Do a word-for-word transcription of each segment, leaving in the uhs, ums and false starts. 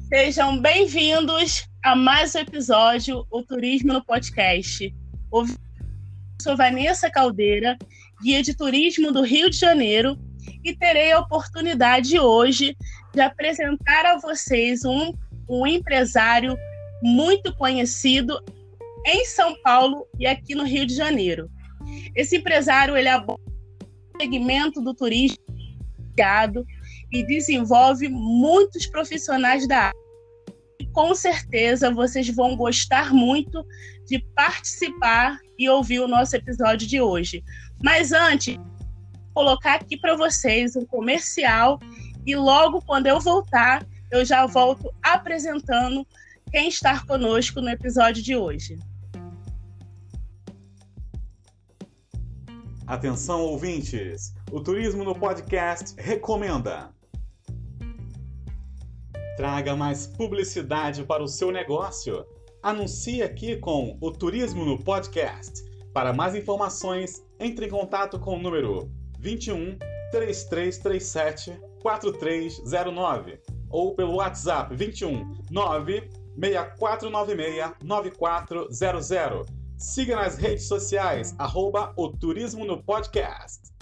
Sejam bem-vindos a mais um episódio, o Turismo no Podcast. Eu sou Vanessa Caldeira, guia de turismo do Rio de Janeiro, e terei a oportunidade hoje de apresentar a vocês um, um empresário muito conhecido em São Paulo e aqui no Rio de Janeiro. Esse empresário ele aborda o segmento do turismo e desenvolve muitos profissionais da área. E com certeza vocês vão gostar muito de participar e ouvir o nosso episódio de hoje. Mas antes, vou colocar aqui para vocês um comercial e logo quando eu voltar, eu já volto apresentando quem está conosco no episódio de hoje. Atenção, ouvintes! O Turismo no Podcast recomenda. Traga mais publicidade para o seu negócio. Anuncie aqui com o Turismo no Podcast. Para mais informações, entre em contato com o número vinte e um, três três três sete, quatro três zero nove ou pelo WhatsApp vinte e um, nove seis quatro nove seis, nove quatro zero zero. Siga nas redes sociais, arroba o Turismo no Podcast.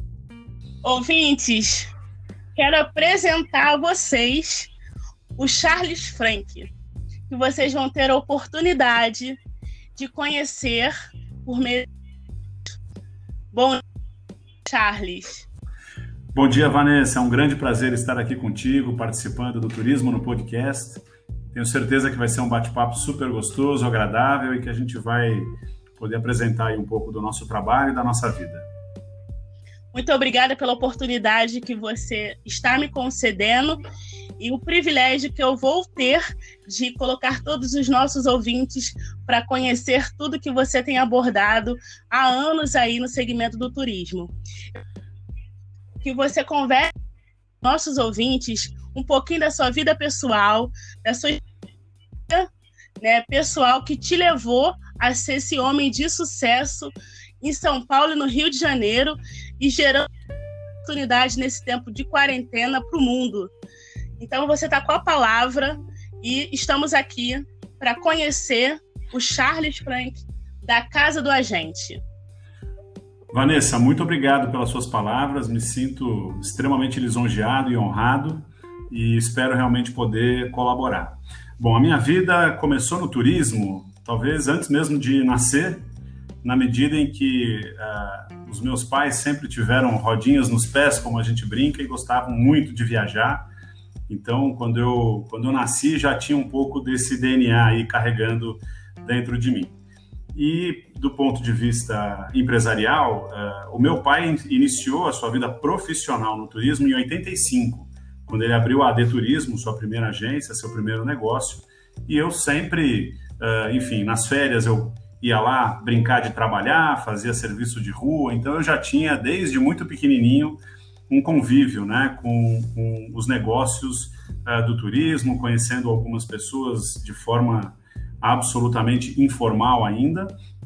Ouvintes, quero apresentar a vocês o Charles Frank, que vocês vão ter a oportunidade de conhecer por meio... Bom dia, Charles. Bom dia, Vanessa. É um grande prazer estar aqui contigo, participando do Turismo no Podcast. Tenho certeza que vai ser um bate-papo super gostoso, agradável e que a gente vai poder apresentar aí um pouco do nosso trabalho e da nossa vida. Muito obrigada pela oportunidade que você está me concedendo e o privilégio que eu vou ter de colocar todos os nossos ouvintes para conhecer tudo que você tem abordado há anos aí no segmento do turismo. Que você converse com nossos ouvintes um pouquinho da sua vida pessoal, da sua vida, né, pessoal que te levou a ser esse homem de sucesso em São Paulo e no Rio de Janeiro e gerando oportunidade nesse tempo de quarentena para o mundo. Então você está com a palavra e estamos aqui para conhecer o Charles Frank da Casa do Agente. Vanessa, muito obrigado pelas suas palavras, me sinto extremamente lisonjeado e honrado e espero realmente poder colaborar. Bom, a minha vida começou no turismo, talvez antes mesmo de nascer, na medida em que uh, os meus pais sempre tiveram rodinhas nos pés, como a gente brinca, e gostavam muito de viajar. Então, quando eu, quando eu nasci, já tinha um pouco desse D N A aí carregando dentro de mim. E, do ponto de vista empresarial, uh, o meu pai iniciou a sua vida profissional no turismo em oitenta e cinco, quando ele abriu a A D Turismo, sua primeira agência, seu primeiro negócio. E eu sempre, uh, enfim, nas férias eu ia lá brincar de trabalhar, fazia serviço de rua. Então eu já tinha, desde muito pequenininho, um convívio, né, com, com os negócios uh, do turismo, conhecendo algumas pessoas de forma absolutamente informal ainda,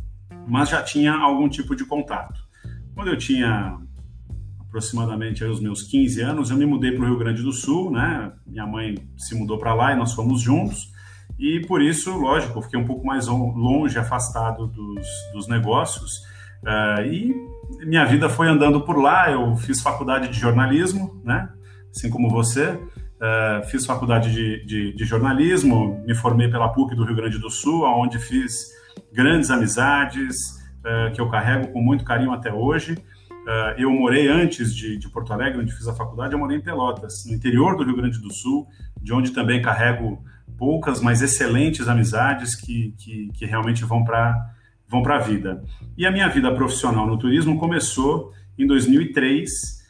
mas já tinha algum tipo de contato. Quando eu tinha aproximadamente aí, os meus quinze anos, eu me mudei para o Rio Grande do Sul, né? Minha mãe se mudou para lá e nós fomos juntos, e por isso, lógico, eu fiquei um pouco mais longe, afastado dos, dos negócios, uh, e minha vida foi andando por lá. Eu fiz faculdade de jornalismo, né? Assim como você, uh, fiz faculdade de, de, de jornalismo, me formei pela P U C do Rio Grande do Sul, onde fiz grandes amizades, uh, que eu carrego com muito carinho até hoje. Uh, eu morei antes de, de Porto Alegre, onde fiz a faculdade, eu morei em Pelotas, no interior do Rio Grande do Sul, de onde também carrego poucas, mas excelentes amizades que, que, que realmente vão para vão para a vida. E a minha vida profissional no turismo começou em dois mil e três,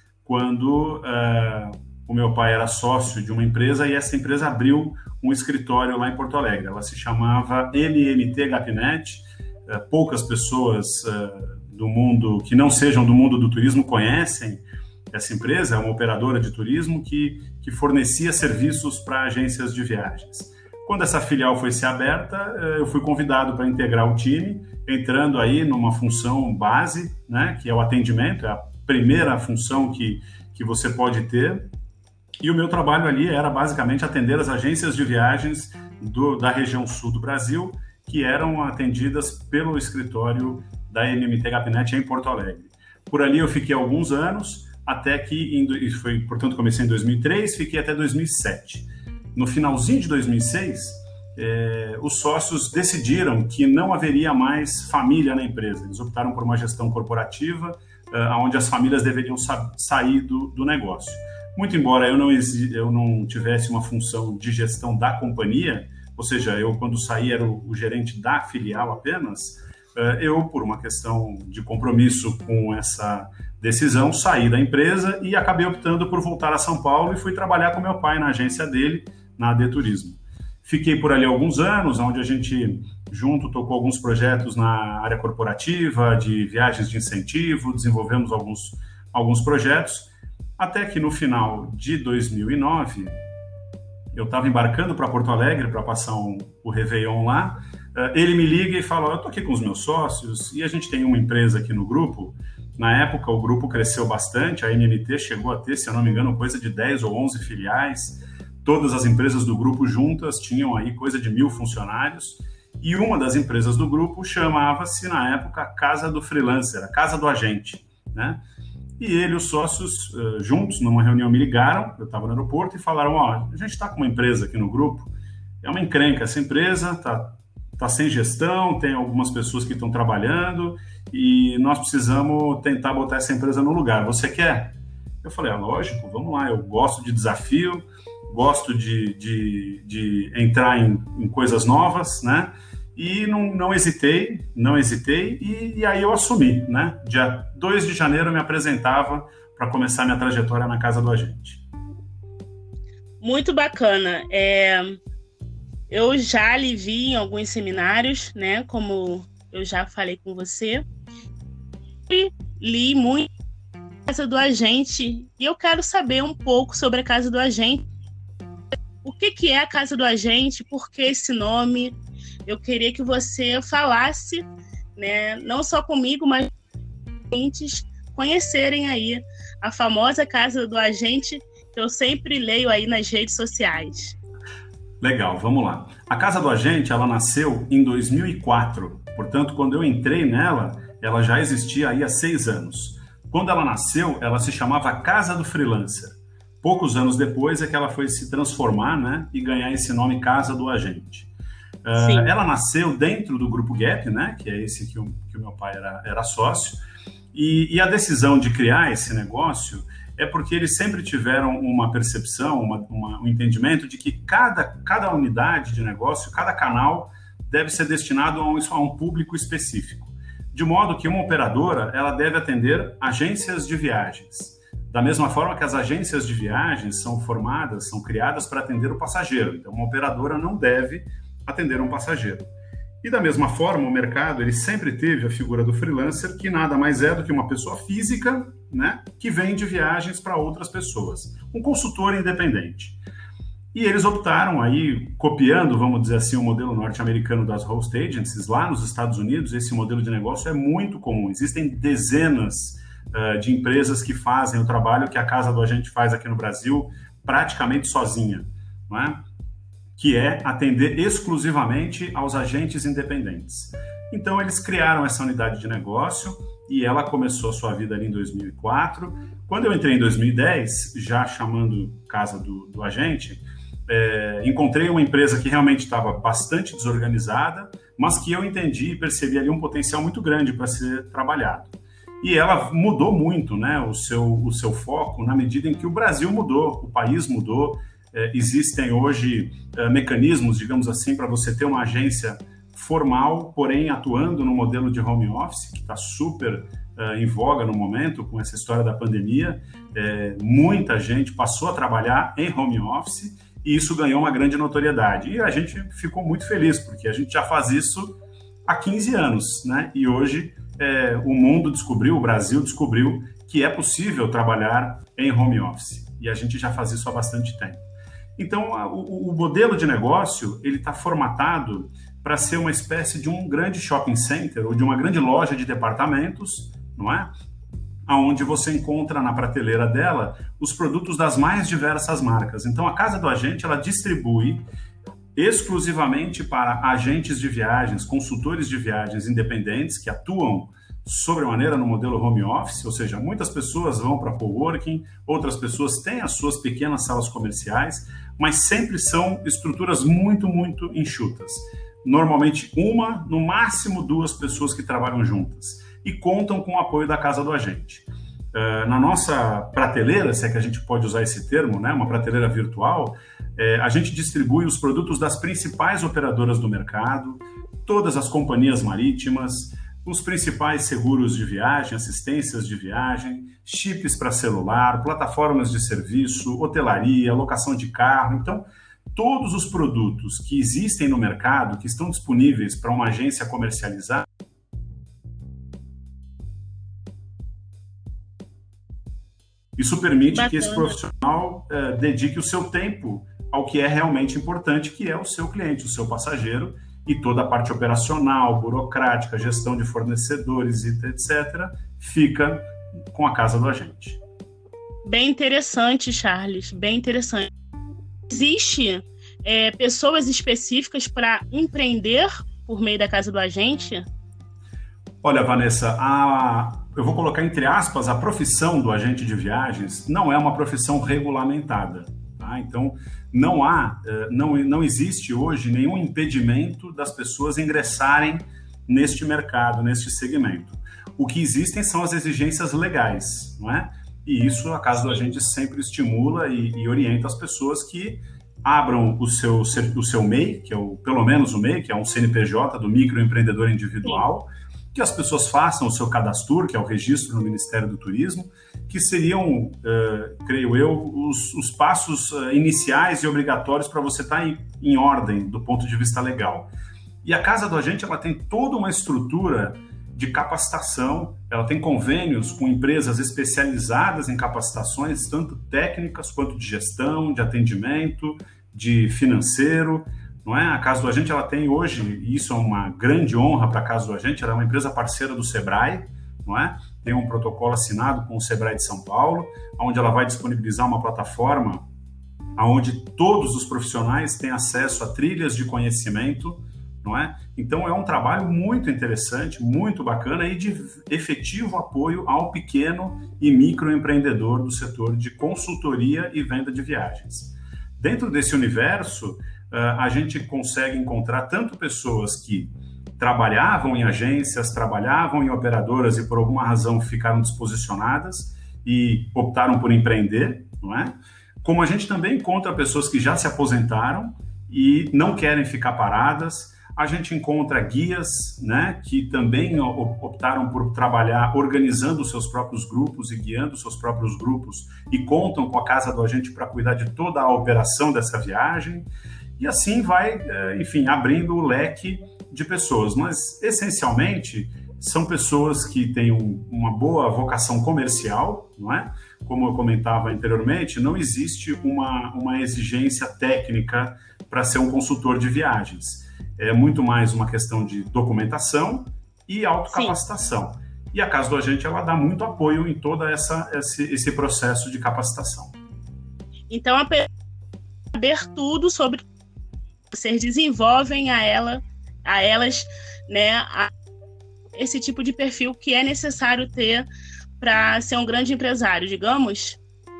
quando uh, o meu pai era sócio de uma empresa e essa empresa abriu um escritório lá em Porto Alegre. Ela se chamava M M T Gapnet. Uh, poucas pessoas uh, do mundo, que não sejam do mundo do turismo, conhecem essa empresa. É uma operadora de turismo que, que fornecia serviços para agências de viagens. Quando essa filial foi ser aberta, eu fui convidado para integrar o time, entrando aí numa função base, né, que é o atendimento, é a primeira função que, que você pode ter. E o meu trabalho ali era basicamente atender as agências de viagens do, da região sul do Brasil, que eram atendidas pelo escritório da M M T Gapnet em Porto Alegre. Por ali eu fiquei alguns anos, até que, em, foi, portanto, comecei em dois mil e três, fiquei até dois mil e sete. No finalzinho de dois mil e seis, eh, os sócios decidiram que não haveria mais família na empresa. Eles optaram por uma gestão corporativa, eh, onde as famílias deveriam sa- sair do, do negócio. Muito embora eu não, eu não tivesse uma função de gestão da companhia, ou seja, eu quando saí era o, o gerente da filial apenas, eh, eu, por uma questão de compromisso com essa decisão, saí da empresa e acabei optando por voltar a São Paulo e fui trabalhar com meu pai na agência dele, na A D Turismo. Fiquei por ali alguns anos, onde a gente junto tocou alguns projetos na área corporativa, de viagens de incentivo, desenvolvemos alguns, alguns projetos, até que no final de dois mil e nove, eu estava embarcando para Porto Alegre para passar um, o Réveillon lá, ele me liga e fala, eu estou aqui com os meus sócios e a gente tem uma empresa aqui no grupo. Na época, o grupo cresceu bastante, a M M T chegou a ter, se eu não me engano, coisa de dez ou onze filiais. Todas as empresas do grupo juntas tinham aí coisa de mil funcionários. E uma das empresas do grupo chamava-se, na época, Casa do Freelancer, a Casa do Agente, né? E ele e os sócios, uh, juntos, numa reunião, me ligaram, eu estava no aeroporto, e falaram, ó, a gente está com uma empresa aqui no grupo, é uma encrenca essa empresa, está tá sem gestão, tem algumas pessoas que estão trabalhando, e nós precisamos tentar botar essa empresa no lugar. Você quer? Eu falei, ah, lógico, vamos lá, eu gosto de desafio, gosto de, de, de entrar em, em coisas novas, né? E não, não hesitei, não hesitei, e, e aí eu assumi, né? Dia dois de janeiro eu me apresentava para começar minha trajetória na Casa do Agente. Muito bacana. É, eu já lhe vi em alguns seminários, né? Como eu já falei com você. E li muito a Casa do Agente, e eu quero saber um pouco sobre a Casa do Agente. O que, que é a Casa do Agente? Por que esse nome? Eu queria que você falasse, né, não só comigo, mas ouvintes conhecerem aí a famosa Casa do Agente, que eu sempre leio aí nas redes sociais. Legal, vamos lá. A Casa do Agente, ela nasceu em dois mil e quatro, portanto, quando eu entrei nela, ela já existia aí há seis anos. Quando ela nasceu, ela se chamava Casa do Freelancer. Poucos anos depois é que ela foi se transformar, né, e ganhar esse nome Casa do Agente. Uh, ela nasceu dentro do Grupo Gap, né, que é esse que o, que o meu pai era, era sócio, e, e a decisão de criar esse negócio é porque eles sempre tiveram uma percepção, uma, uma, um entendimento de que cada, cada unidade de negócio, cada canal deve ser destinado a um, a um público específico, de modo que uma operadora ela deve atender agências de viagens. Da mesma forma que as agências de viagens são formadas, são criadas para atender o passageiro. Então, uma operadora não deve atender um passageiro. E da mesma forma, o mercado ele sempre teve a figura do freelancer, que nada mais é do que uma pessoa física, né, que vende viagens para outras pessoas. Um consultor independente. E eles optaram aí, copiando, vamos dizer assim, o modelo norte-americano das host agencies, lá nos Estados Unidos, esse modelo de negócio é muito comum. Existem dezenas uh, de empresas que fazem o trabalho que a Casa do Agente faz aqui no Brasil, praticamente sozinha, não é? Que é atender exclusivamente aos agentes independentes. Então, eles criaram essa unidade de negócio e ela começou a sua vida ali em dois mil e quatro. Quando eu entrei em dois mil e dez, já chamando Casa do, do Agente, é, encontrei uma empresa que realmente estava bastante desorganizada, mas que eu entendi e percebi ali um potencial muito grande para ser trabalhado. E ela mudou muito, né, o seu, o seu foco na medida em que o Brasil mudou, o país mudou. É, existem hoje é, mecanismos, digamos assim, para você ter uma agência formal, porém atuando no modelo de home office, que está super é, em voga no momento, com essa história da pandemia. É, muita gente passou a trabalhar em home office e isso ganhou uma grande notoriedade. E a gente ficou muito feliz, porque a gente já faz isso há quinze anos, né? E hoje é, o mundo descobriu, o Brasil descobriu que é possível trabalhar em home office. E a gente já faz isso há bastante tempo. Então, o, o modelo de negócio ele está formatado para ser uma espécie de um grande shopping center ou de uma grande loja de departamentos, não é? onde você encontra na prateleira dela os produtos das mais diversas marcas. Então, a Casa do Agente, ela distribui exclusivamente para agentes de viagens, consultores de viagens independentes que atuam sobremaneira no modelo home office, ou seja, muitas pessoas vão para coworking, outras pessoas têm as suas pequenas salas comerciais, mas sempre são estruturas muito, muito enxutas. Normalmente uma, no máximo duas pessoas que trabalham juntas e contam com o apoio da Casa do Agente. Uh, na nossa prateleira, se é que a gente pode usar esse termo, né, uma prateleira virtual, eh, a gente distribui os produtos das principais operadoras do mercado, todas as companhias marítimas, os principais seguros de viagem, assistências de viagem, chips para celular, plataformas de serviço, hotelaria, locação de carro. Então, todos os produtos que existem no mercado, que estão disponíveis para uma agência comercializar, isso permite Bacana. que esse profissional uh, dedique o seu tempo ao que é realmente importante, que é o seu cliente, o seu passageiro, e toda a parte operacional, burocrática, gestão de fornecedores, etcétera, fica com a Casa do Agente. Bem interessante, Charles, bem interessante. Existe é, pessoas específicas para empreender por meio da Casa do Agente? Olha, Vanessa, a, eu vou colocar entre aspas, a profissão do agente de viagens não é uma profissão regulamentada. Tá? Então, não há, não, não existe hoje nenhum impedimento das pessoas ingressarem neste mercado, neste segmento. O que existem são as exigências legais, não é? E isso a Casa do Agente sempre estimula e, e orienta as pessoas que abram o seu, o seu M E I, que é o, pelo menos o M E I, que é um C N P J do microempreendedor individual, Sim. que as pessoas façam o seu cadastro, que é o registro no Ministério do Turismo, que seriam, uh, creio eu, os, os passos uh, iniciais e obrigatórios para você estar em, em ordem do ponto de vista legal. E a Casa do Agente ela tem toda uma estrutura de capacitação, ela tem convênios com empresas especializadas em capacitações, tanto técnicas quanto de gestão, de atendimento, de financeiro, não é? A Casa do Agente ela tem hoje, e isso é uma grande honra para a Casa do Agente, ela é uma empresa parceira do Sebrae, não é? Tem um protocolo assinado com o Sebrae de São Paulo, onde ela vai disponibilizar uma plataforma onde todos os profissionais têm acesso a trilhas de conhecimento, não é? Então é um trabalho muito interessante, muito bacana e de efetivo apoio ao pequeno e microempreendedor do setor de consultoria e venda de viagens. Dentro desse universo, a gente consegue encontrar tanto pessoas que trabalhavam em agências, trabalhavam em operadoras e por alguma razão ficaram desposicionadas e optaram por empreender, não é? Como a gente também encontra pessoas que já se aposentaram e não querem ficar paradas. A gente encontra guias, né, que também optaram por trabalhar organizando os seus próprios grupos e guiando os seus próprios grupos e contam com a Casa do Agente para cuidar de toda a operação dessa viagem. E assim vai, enfim, abrindo o leque de pessoas. Mas, essencialmente, são pessoas que têm uma boa vocação comercial, não é? Como eu comentava anteriormente, não existe uma, uma exigência técnica para ser um consultor de viagens. É muito mais uma questão de documentação e autocapacitação. Sim. E a Casa do Agente ela dá muito apoio em todo essa, esse, esse processo de capacitação. Então, a saber tudo sobre vocês desenvolvem a, ela, a elas, né, a, esse tipo de perfil que é necessário ter para ser um grande empresário, digamos?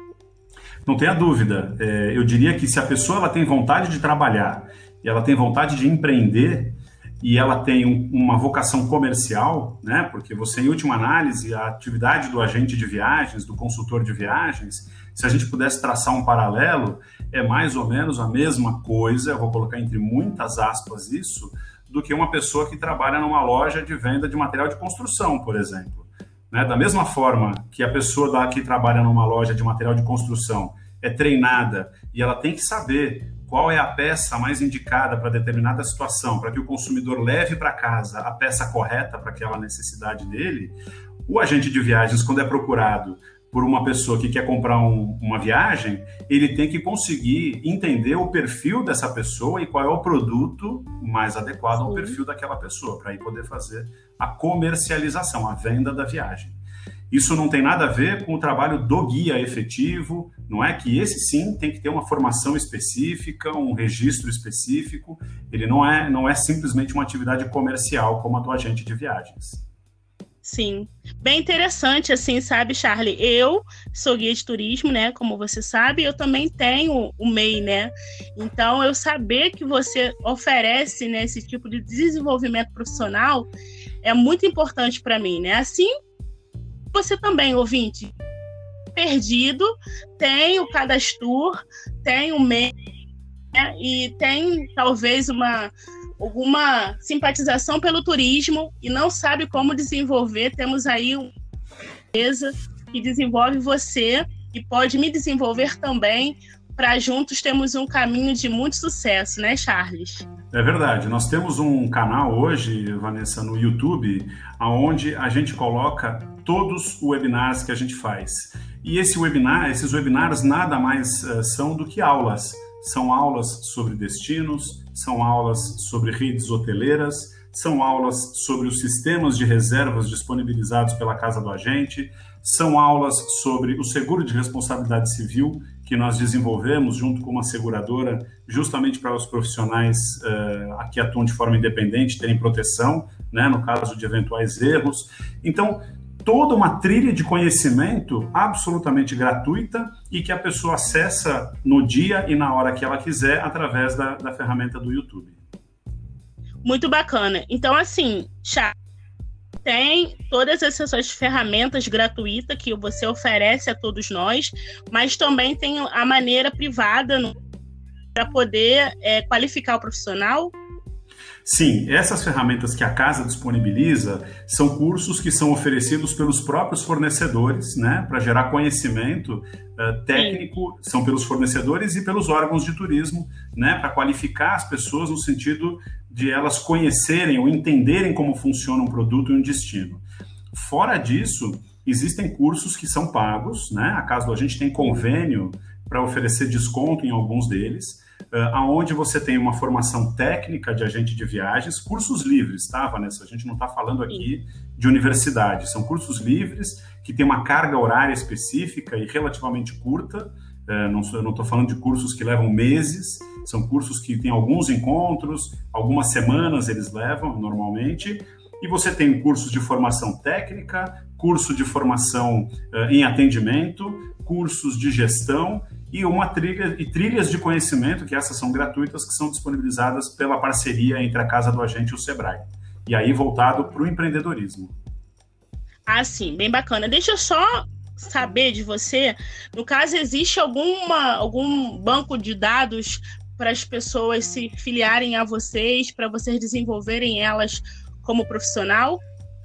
Não tenha dúvida. É, eu diria que se a pessoa ela tem vontade de trabalhar e ela tem vontade de empreender e ela tem um, uma vocação comercial, né? Porque você, em última análise, a atividade do agente de viagens, do consultor de viagens, se a gente pudesse traçar um paralelo, é mais ou menos a mesma coisa, eu vou colocar entre muitas aspas isso, do que uma pessoa que trabalha numa loja de venda de material de construção, por exemplo. Né? Da mesma forma que a pessoa que trabalha numa loja de material de construção é treinada e ela tem que saber qual é a peça mais indicada para determinada situação, para que o consumidor leve para casa a peça correta para aquela necessidade dele, o agente de viagens, quando é procurado por uma pessoa que quer comprar um, uma viagem, ele tem que conseguir entender o perfil dessa pessoa e qual é o produto mais adequado ao perfil daquela pessoa, para aí poder fazer a comercialização, a venda da viagem. Isso não tem nada a ver com o trabalho do guia efetivo, não é? Que esse sim tem que ter uma formação específica, um registro específico, ele não é, não é simplesmente uma atividade comercial como a do agente de viagens. Sim, bem interessante, assim, sabe, Charlie? Eu sou guia de turismo, né? Como você sabe, eu também tenho o M E I, né? Então, eu saber que você oferece, né, esse tipo de desenvolvimento profissional é muito importante para mim, né? Assim, você também, ouvinte, perdido, tem o Cadastur, tem o M E I, né? E tem talvez uma... alguma simpatização pelo turismo e não sabe como desenvolver, temos aí uma empresa que desenvolve você e pode me desenvolver também, para juntos termos um caminho de muito sucesso, né, Charles? É verdade, nós temos um canal hoje, Vanessa, no YouTube, onde a gente coloca todos os webinars que a gente faz. E esse webinar, esses webinars nada mais uh, são do que aulas. São aulas sobre destinos, são aulas sobre redes hoteleiras, são aulas sobre os sistemas de reservas disponibilizados pela Casa do Agente, são aulas sobre o seguro de responsabilidade civil que nós desenvolvemos junto com uma seguradora, justamente para os profissionais uh, que atuam de forma independente terem proteção, né, no caso de eventuais erros. Então, toda uma trilha de conhecimento absolutamente gratuita e que a pessoa acessa no dia e na hora que ela quiser através da, da ferramenta do YouTube. Muito bacana. Então, assim, Charles, tem todas essas ferramentas gratuitas que você oferece a todos nós, mas também tem a maneira privada para poder é, qualificar o profissional. Sim, essas ferramentas que a casa disponibiliza são cursos que são oferecidos pelos próprios fornecedores, né, para gerar conhecimento uh, técnico, Sim. São pelos fornecedores e pelos órgãos de turismo, né, para qualificar as pessoas no sentido de elas conhecerem ou entenderem como funciona um produto e um destino. Fora disso, existem cursos que são pagos, né, a Casa do Agente tem convênio para oferecer desconto em alguns deles, Uh, aonde você tem uma formação técnica de agente de viagens, cursos livres, tá, Vanessa? A gente não está falando aqui de universidade, são cursos livres que têm uma carga horária específica e relativamente curta, uh, não, eu não estou falando de cursos que levam meses, são cursos que têm alguns encontros, algumas semanas eles levam normalmente, e você tem cursos de formação técnica, curso de formação uh, em atendimento, cursos de gestão, e uma trilha e trilhas de conhecimento, que essas são gratuitas, que são disponibilizadas pela parceria entre a Casa do Agente e o Sebrae. E aí voltado para o empreendedorismo. Ah, sim, bem bacana. Deixa eu só saber de você, no caso, existe alguma, algum banco de dados para as pessoas se filiarem a vocês, para vocês desenvolverem elas como profissional?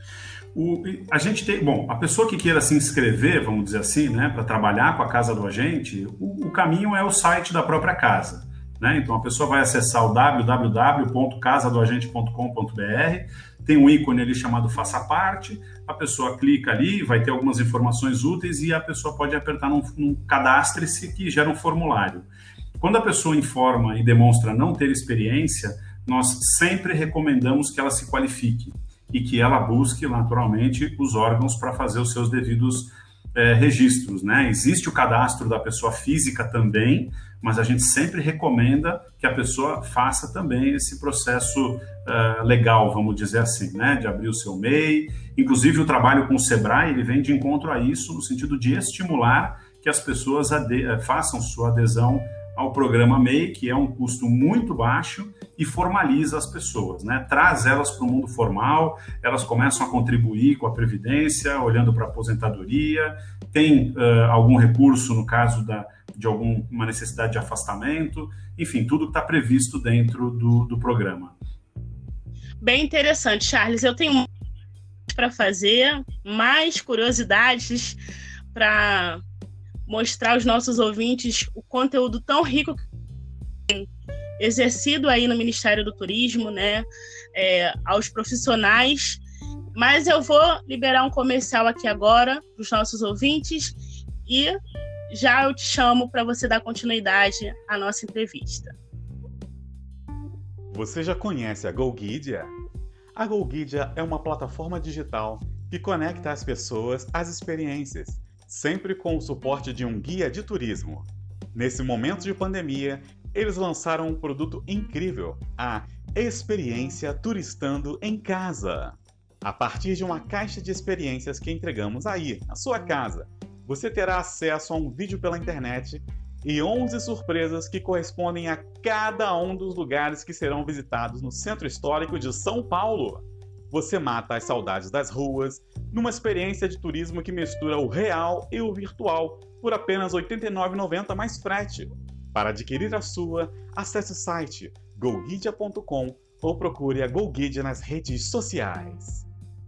O, a gente tem, bom, a pessoa que queira se inscrever, vamos dizer assim, né, para trabalhar com a Casa do Agente, o, o caminho é o site da própria casa, né? Então a pessoa vai acessar o w w w ponto casa do agente ponto com ponto b r, tem um ícone ali chamado Faça Parte, a pessoa clica ali, vai ter algumas informações úteis e a pessoa pode apertar num, num cadastre-se que gera um formulário. Quando a pessoa informa e demonstra não ter experiência, nós sempre recomendamos que ela se qualifique e que ela busque, naturalmente, os órgãos para fazer os seus devidos é, registros, né? Existe o cadastro da pessoa física também, mas a gente sempre recomenda que a pessoa faça também esse processo uh, legal, vamos dizer assim, né? De abrir o seu M E I. Inclusive, o trabalho com o Sebrae, ele vem de encontro a isso, no sentido de estimular que as pessoas ade- façam sua adesão ao programa M E I, que é um custo muito baixo e formaliza as pessoas, né? Traz elas para o mundo formal, elas começam a contribuir com a Previdência, olhando para a aposentadoria, tem uh, algum recurso no caso da, de alguma necessidade de afastamento, enfim, tudo está previsto dentro do, do programa. Bem interessante, Charles. Eu tenho para fazer, mais curiosidades para mostrar aos nossos ouvintes o conteúdo tão rico que tem exercido aí no Ministério do Turismo, né, é, aos profissionais, mas eu vou liberar um comercial aqui agora para os nossos ouvintes e já eu te chamo para você dar continuidade à nossa entrevista. Você já conhece a GoGuidia? A GoGuidia é uma plataforma digital que conecta as pessoas às experiências, sempre com o suporte de um guia de turismo. Nesse momento de pandemia, eles lançaram um produto incrível, a Experiência Turistando em Casa. A partir de uma caixa de experiências que entregamos aí, na sua casa, você terá acesso a um vídeo pela internet e onze surpresas que correspondem a cada um dos lugares que serão visitados no Centro Histórico de São Paulo. Você mata as saudades das ruas numa experiência de turismo que mistura o real e o virtual por apenas oitenta e nove reais e noventa centavos mais frete. Para adquirir a sua, acesse o site golguidia ponto com ou procure a Golguidia nas redes sociais.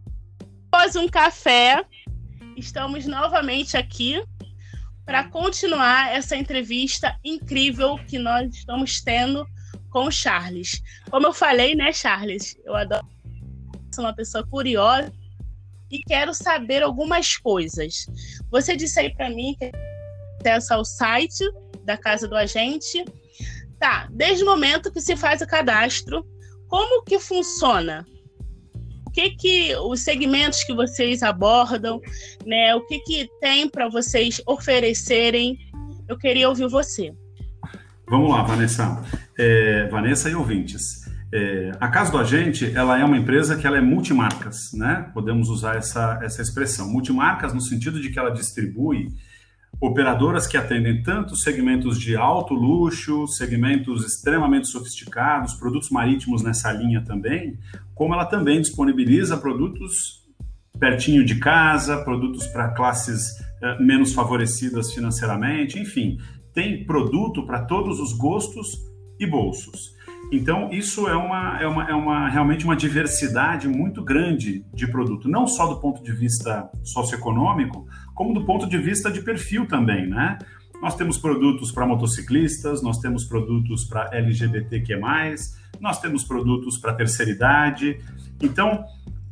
Após um café, estamos novamente aqui para continuar essa entrevista incrível que nós estamos tendo com o Charles. Como eu falei, né, Charles? Eu adoro ser uma pessoa curiosa e quero saber algumas coisas. Você disse aí para mim que acessa ao site da Casa do Agente. Tá, desde o momento que se faz o cadastro, como que funciona? O que que os segmentos que vocês abordam, né? O que que tem para vocês oferecerem? Eu queria ouvir você. Vamos lá, Vanessa. É, Vanessa e ouvintes. É, a Casa do Agente, ela é uma empresa que ela é multimarcas, né? Podemos usar essa, essa expressão. Multimarcas no sentido de que ela distribui operadoras que atendem tanto segmentos de alto luxo, segmentos extremamente sofisticados, produtos marítimos nessa linha também, como ela também disponibiliza produtos pertinho de casa, produtos para classes eh, menos favorecidas financeiramente, enfim, tem produto para todos os gostos e bolsos. Então, isso é, uma, é, uma, é uma, realmente uma diversidade muito grande de produto, não só do ponto de vista socioeconômico, como do ponto de vista de perfil também, né? Nós temos produtos para motociclistas, nós temos produtos para L G B T Q mais, nós temos produtos para terceira idade. Então,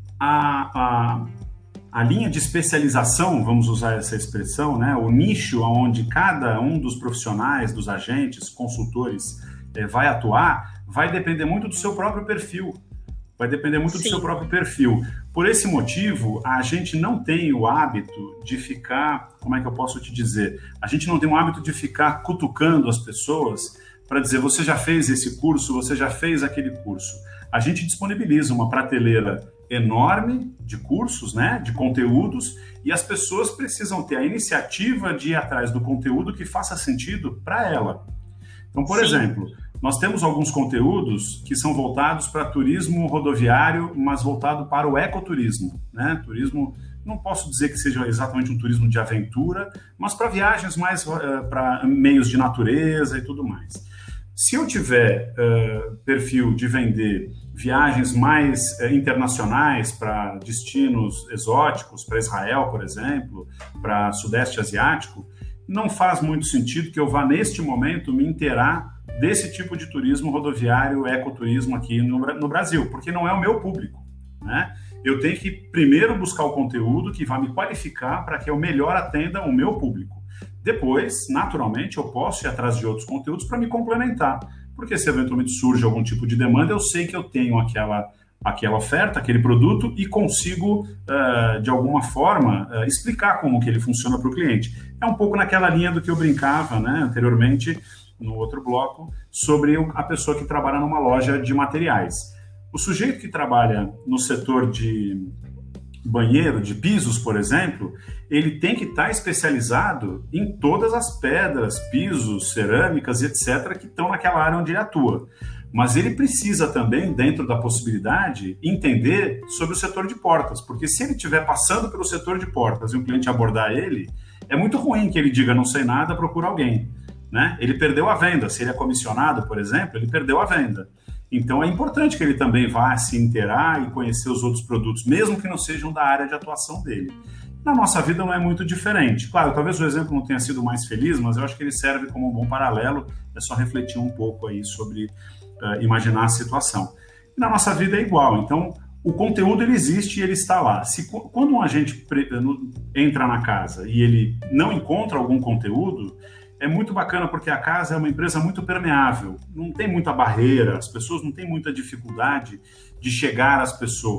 a, a, a linha de especialização, vamos usar essa expressão, né? O nicho onde cada um dos profissionais, dos agentes, consultores, eh, vai atuar, vai depender muito do seu próprio perfil. Vai depender muito Sim. do seu próprio perfil. Por esse motivo, a gente não tem o hábito de ficar, como é que eu posso te dizer? A gente não tem o hábito de ficar cutucando as pessoas para dizer, você já fez esse curso, você já fez aquele curso. A gente disponibiliza uma prateleira enorme de cursos, né, de conteúdos, e as pessoas precisam ter a iniciativa de ir atrás do conteúdo que faça sentido para ela. Então, por Sim. exemplo, nós temos alguns conteúdos que são voltados para turismo rodoviário, mas voltado para o ecoturismo, né? Turismo, não posso dizer que seja exatamente um turismo de aventura, mas para viagens mais uh, para meios de natureza e tudo mais. Se eu tiver uh, perfil de vender viagens mais uh, internacionais para destinos exóticos, para Israel, por exemplo, para Sudeste Asiático, não faz muito sentido que eu vá, neste momento, me inteirar desse tipo de turismo rodoviário, ecoturismo aqui no, no Brasil, porque não é o meu público, né? Eu tenho que primeiro buscar o conteúdo que vai me qualificar para que eu melhor atenda o meu público. Depois, naturalmente, eu posso ir atrás de outros conteúdos para me complementar, porque se eventualmente surge algum tipo de demanda, eu sei que eu tenho aquela, aquela oferta, aquele produto e consigo, uh, de alguma forma, uh, explicar como que ele funciona para o cliente. É um pouco naquela linha do que eu brincava, né, anteriormente, no outro bloco, sobre a pessoa que trabalha numa loja de materiais. O sujeito que trabalha no setor de banheiro, de pisos, por exemplo, ele tem que estar especializado em todas as pedras, pisos, cerâmicas, etcétera, que estão naquela área onde ele atua. Mas ele precisa também, dentro da possibilidade, entender sobre o setor de portas, porque se ele estiver passando pelo setor de portas e um cliente abordar ele, é muito ruim que ele diga não sei nada, procura alguém. Né? Ele perdeu a venda. Se ele é comissionado, por exemplo, ele perdeu a venda. Então é importante que ele também vá se inteirar e conhecer os outros produtos, mesmo que não sejam da área de atuação dele. Na nossa vida não é muito diferente. Claro, talvez o exemplo não tenha sido mais feliz, mas eu acho que ele serve como um bom paralelo. É só refletir um pouco aí sobre uh, imaginar a situação. E na nossa vida é igual. Então, o conteúdo ele existe e ele está lá. Se, quando um agente entra na casa e ele não encontra algum conteúdo, é muito bacana porque a casa é uma empresa muito permeável, não tem muita barreira, as pessoas não têm muita dificuldade de chegar às pessoas.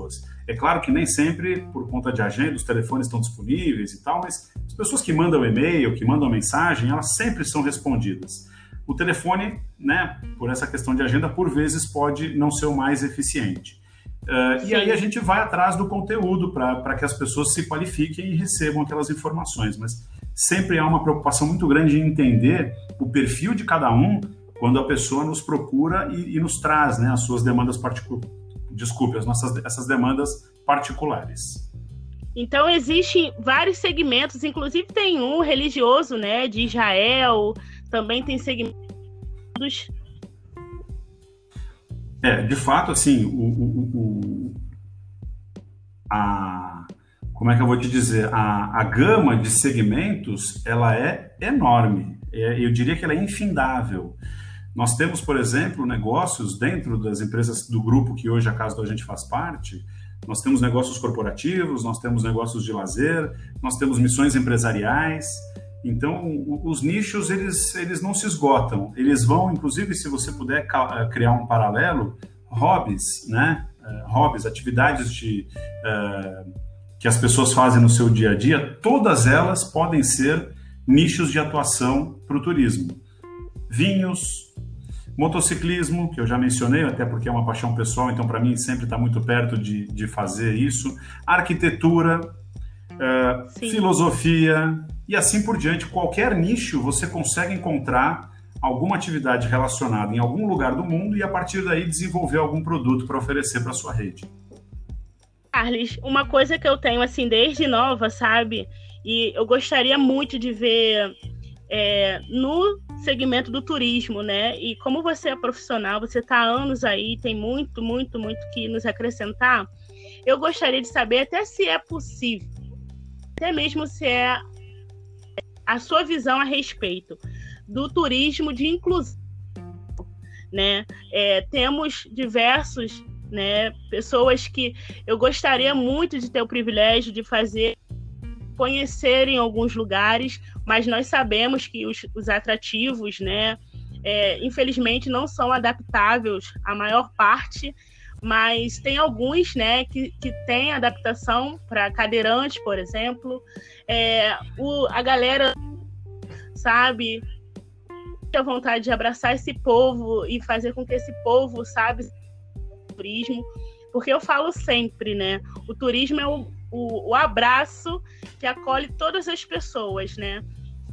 É claro que nem sempre, por conta de agenda, os telefones estão disponíveis e tal, mas as pessoas que mandam e-mail, que mandam mensagem, elas sempre são respondidas. O telefone, né, por essa questão de agenda, por vezes pode não ser o mais eficiente. Uh, e aí a gente vai atrás do conteúdo para que as pessoas se qualifiquem e recebam aquelas informações, mas sempre há uma preocupação muito grande em entender o perfil de cada um quando a pessoa nos procura e, e nos traz, né, as suas demandas particulares, desculpe, as nossas, essas demandas particulares. Então existem vários segmentos, inclusive tem um religioso, né, de Israel, também tem segmentos. É, de fato, assim, o, o, o, a, como é que eu vou te dizer, a, a gama de segmentos, ela é enorme, é, eu diria que ela é infindável. Nós temos, por exemplo, negócios dentro das empresas do grupo que hoje a Casa da Gente faz parte, nós temos negócios corporativos, nós temos negócios de lazer, nós temos missões empresariais. Então, os nichos, eles, eles não se esgotam. Eles vão, inclusive, se você puder criar um paralelo, hobbies, né? Uh, hobbies, atividades de, uh, que as pessoas fazem no seu dia a dia, todas elas podem ser nichos de atuação para o turismo. Vinhos, motociclismo, que eu já mencionei, até porque é uma paixão pessoal, então para mim sempre está muito perto de, de fazer isso. Arquitetura, uh, filosofia e assim por diante. Qualquer nicho você consegue encontrar alguma atividade relacionada em algum lugar do mundo e a partir daí desenvolver algum produto para oferecer para sua rede. Carlos, uma coisa que eu tenho assim desde nova, sabe? E eu gostaria muito de ver é, no segmento do turismo, né? E como você é profissional, você está há anos aí, tem muito, muito, muito que nos acrescentar. Eu gostaria de saber até se é possível, até mesmo se é a sua visão a respeito do turismo de inclusão, né? É, temos diversos, né, pessoas que eu gostaria muito de ter o privilégio de fazer, conhecer em alguns lugares, mas nós sabemos que os, os atrativos, né, é, infelizmente não são adaptáveis a maior parte, mas tem alguns, né, que, que têm adaptação para cadeirantes, por exemplo. É, o, a galera, sabe, tem a vontade de abraçar esse povo e fazer com que esse povo, sabe, turismo, porque eu falo sempre, né, o turismo é o, o, o abraço que acolhe todas as pessoas, né.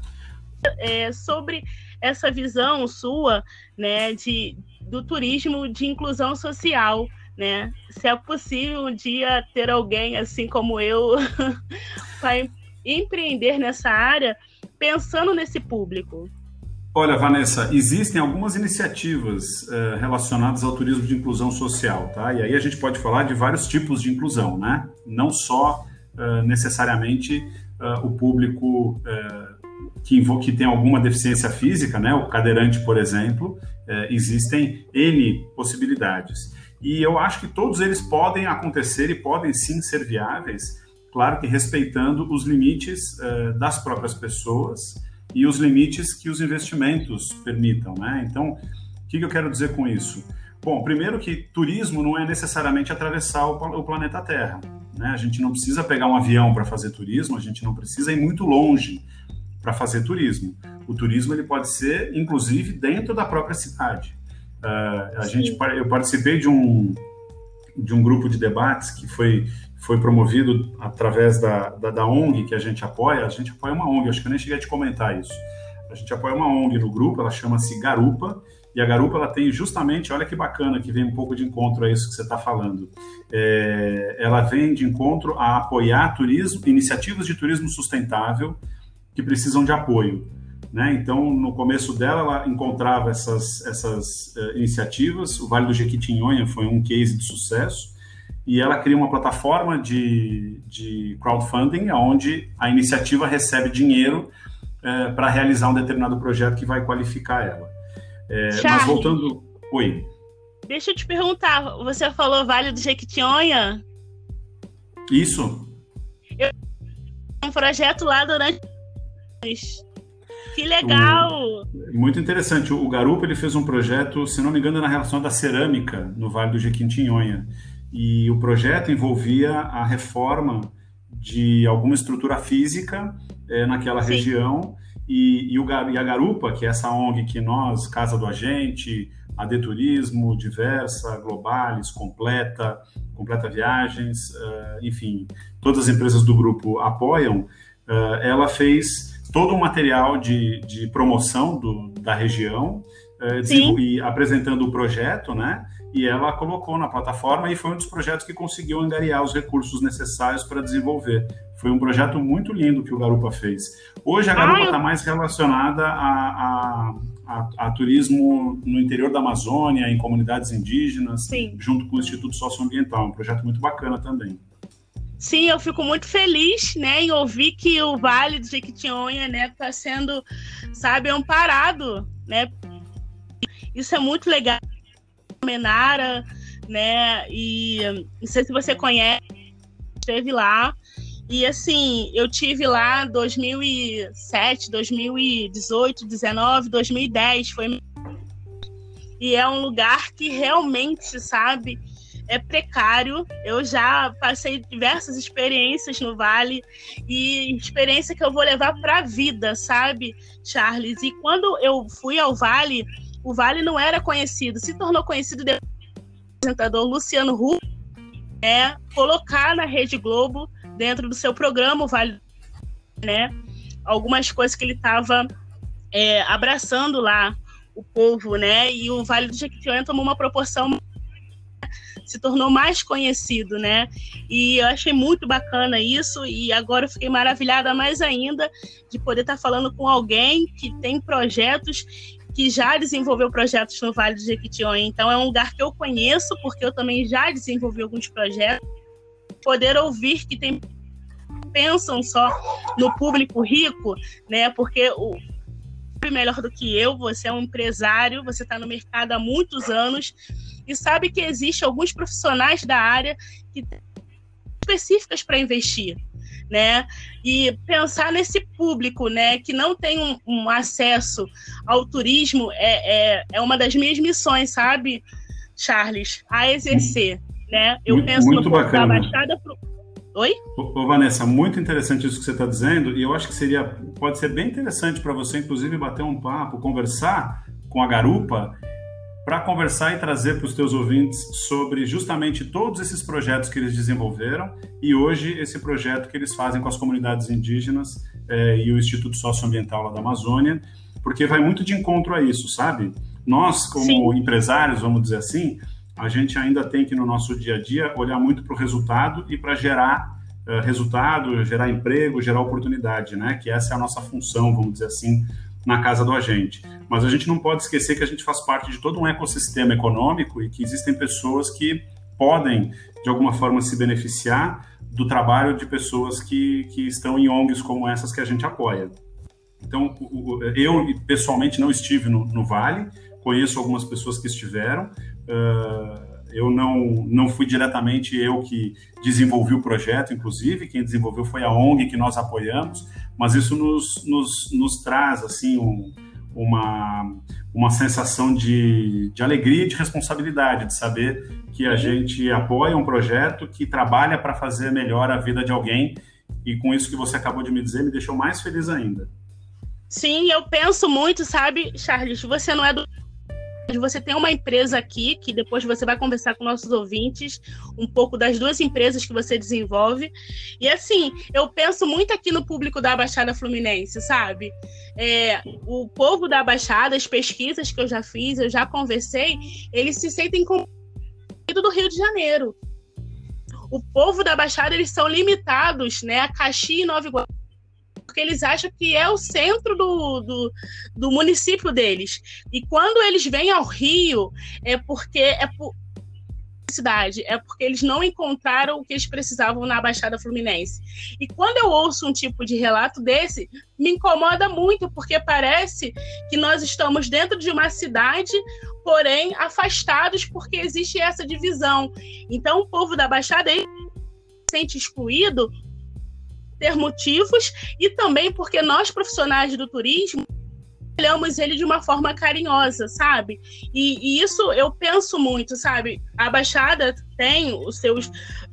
É, sobre essa visão sua, né, de, do turismo de inclusão social, né, se é possível um dia ter alguém assim como eu para empreender nessa área, pensando nesse público. Olha, Vanessa, existem algumas iniciativas uh, relacionadas ao turismo de inclusão social, tá? E aí a gente pode falar de vários tipos de inclusão, né? Não só uh, necessariamente uh, o público uh, que, que tem alguma deficiência física, né? O cadeirante, por exemplo, uh, existem N possibilidades. E eu acho que todos eles podem acontecer e podem sim ser viáveis, claro que respeitando os limites uh, das próprias pessoas e os limites que os investimentos permitam, né? Então, o que eu quero dizer com isso? Bom, primeiro que turismo não é necessariamente atravessar o, o planeta Terra, né? A gente não precisa pegar um avião para fazer turismo, a gente não precisa ir muito longe para fazer turismo. O turismo ele pode ser, inclusive, dentro da própria cidade. Uh, a gente, eu participei de um, de um grupo de debates que foi... foi promovido através da, da, da O N G que a gente apoia. A gente apoia uma O N G, acho que eu nem cheguei a te comentar isso. A gente apoia uma O N G no grupo, ela chama-se Garupa, e a Garupa ela tem justamente, olha que bacana, que vem um pouco de encontro a isso que você está falando. É, ela vem de encontro a apoiar turismo, iniciativas de turismo sustentável que precisam de apoio, né? Então, no começo dela, ela encontrava essas, essas uh, iniciativas. O Vale do Jequitinhonha foi um case de sucesso, e ela cria uma plataforma de, de crowdfunding, onde a iniciativa recebe dinheiro é, para realizar um determinado projeto que vai qualificar ela. É, mas voltando... Oi. Deixa eu te perguntar, você falou Vale do Jequitinhonha? Isso. Eu um projeto lá durante... Que legal! O, muito interessante. O Garupa ele fez um projeto, se não me engano, na relação da cerâmica no Vale do Jequitinhonha. e o projeto envolvia a reforma de alguma estrutura física é, naquela Sim. região, e, e, o, e a Garupa, que é essa O N G que nós, Casa do Agente, A D Turismo, Diversa, Globalis, Completa, Completa Viagens, uh, enfim, todas as empresas do grupo apoiam, uh, ela fez todo um material de, de promoção do, da região, uh, e apresentando o projeto, né? E ela colocou na plataforma, e foi um dos projetos que conseguiu angariar os recursos necessários para desenvolver. Foi um projeto muito lindo que o Garupa fez. Hoje a Garupa está mais relacionada a, a, a, a turismo no interior da Amazônia, em comunidades indígenas, Sim. junto com o Instituto Socioambiental. Um projeto muito bacana também. Sim, eu fico muito feliz, né, em ouvir que o Vale do Jequitinhonha, né, está sendo, sabe, amparado, né? Isso é muito legal. Menara, né, e não sei se você conhece, esteve lá, e assim, eu tive lá em dois mil e sete, dois mil e dezoito, dezenove, dois mil e dez, foi, e é um lugar que realmente, sabe, é precário. Eu já passei diversas experiências no Vale, e experiência que eu vou levar para a vida, sabe, Charles, e quando eu fui ao Vale, o Vale não era conhecido, se tornou conhecido depois do apresentador Luciano Huck, né, colocar na Rede Globo, dentro do seu programa, o Vale, né, algumas coisas que ele estava é, abraçando lá o povo, né, e o Vale do Jequitinhonha tomou uma proporção, se tornou mais conhecido, né, e eu achei muito bacana isso, e agora eu fiquei maravilhada mais ainda de poder estar falando com alguém que tem projetos, que já desenvolveu projetos no Vale do Jequitinhonha. Então é um lugar que eu conheço, porque eu também já desenvolvi alguns projetos. Poder ouvir que tem pensam só no público rico, né? Porque o melhor do que eu, você é um empresário, você está no mercado há muitos anos e sabe que existe alguns profissionais da área que têm específicas para investir, né? E pensar nesse público, né, que não tem um, um acesso ao turismo é, é, é uma das minhas missões, sabe, Charles, a exercer, né? Eu muito, penso muito no povo da Baixada pro... Oi? Ô, Vanessa, muito interessante isso que você está dizendo, e eu acho que seria, pode ser bem interessante para você, inclusive, bater um papo, conversar com a Garupa, para conversar e trazer para os teus ouvintes sobre justamente todos esses projetos que eles desenvolveram e hoje esse projeto que eles fazem com as comunidades indígenas eh, e o Instituto Socioambiental lá da Amazônia, porque vai muito de encontro a isso, sabe? Nós, como Sim. empresários, vamos dizer assim, a gente ainda tem que no nosso dia a dia olhar muito para o resultado e para gerar uh, resultado, gerar emprego, gerar oportunidade, né? Que essa é a nossa função, vamos dizer assim, na Casa do Agente. Mas a gente não pode esquecer que a gente faz parte de todo um ecossistema econômico e que existem pessoas que podem, de alguma forma, se beneficiar do trabalho de pessoas que, que estão em O N Gs como essas que a gente apoia. Então, eu pessoalmente não estive no, no Vale, conheço algumas pessoas que estiveram, uh, eu não, não fui diretamente eu que desenvolvi o projeto, inclusive, quem desenvolveu foi a O N G que nós apoiamos, mas isso nos, nos, nos traz assim, um, uma, uma sensação de, de alegria e de responsabilidade, de saber que a gente apoia um projeto que trabalha para fazer melhor a vida de alguém, e com isso que você acabou de me dizer, me deixou mais feliz ainda. Sim, eu penso muito, sabe, Charles, você não é do... Você tem uma empresa aqui, que depois você vai conversar com nossos ouvintes, um pouco das duas empresas que você desenvolve. E assim, eu penso muito aqui no público da Baixada Fluminense, sabe? É, o povo da Baixada, as pesquisas que eu já fiz, eu já conversei, eles se sentem como do Rio de Janeiro. O povo da Baixada, eles são limitados, né, a Caxias e Nova Iguaçu, porque eles acham que é o centro do, do, do município deles. E quando eles vêm ao Rio, é porque é por cidade, é porque eles não encontraram o que eles precisavam na Baixada Fluminense. E quando eu ouço um tipo de relato desse, me incomoda muito, porque parece que nós estamos dentro de uma cidade, porém afastados, porque existe essa divisão. Então o povo da Baixada ele se sente excluído ter motivos, e também porque nós, profissionais do turismo, olhamos ele de uma forma carinhosa, sabe? E, e isso eu penso muito, sabe? A Baixada tem os seus...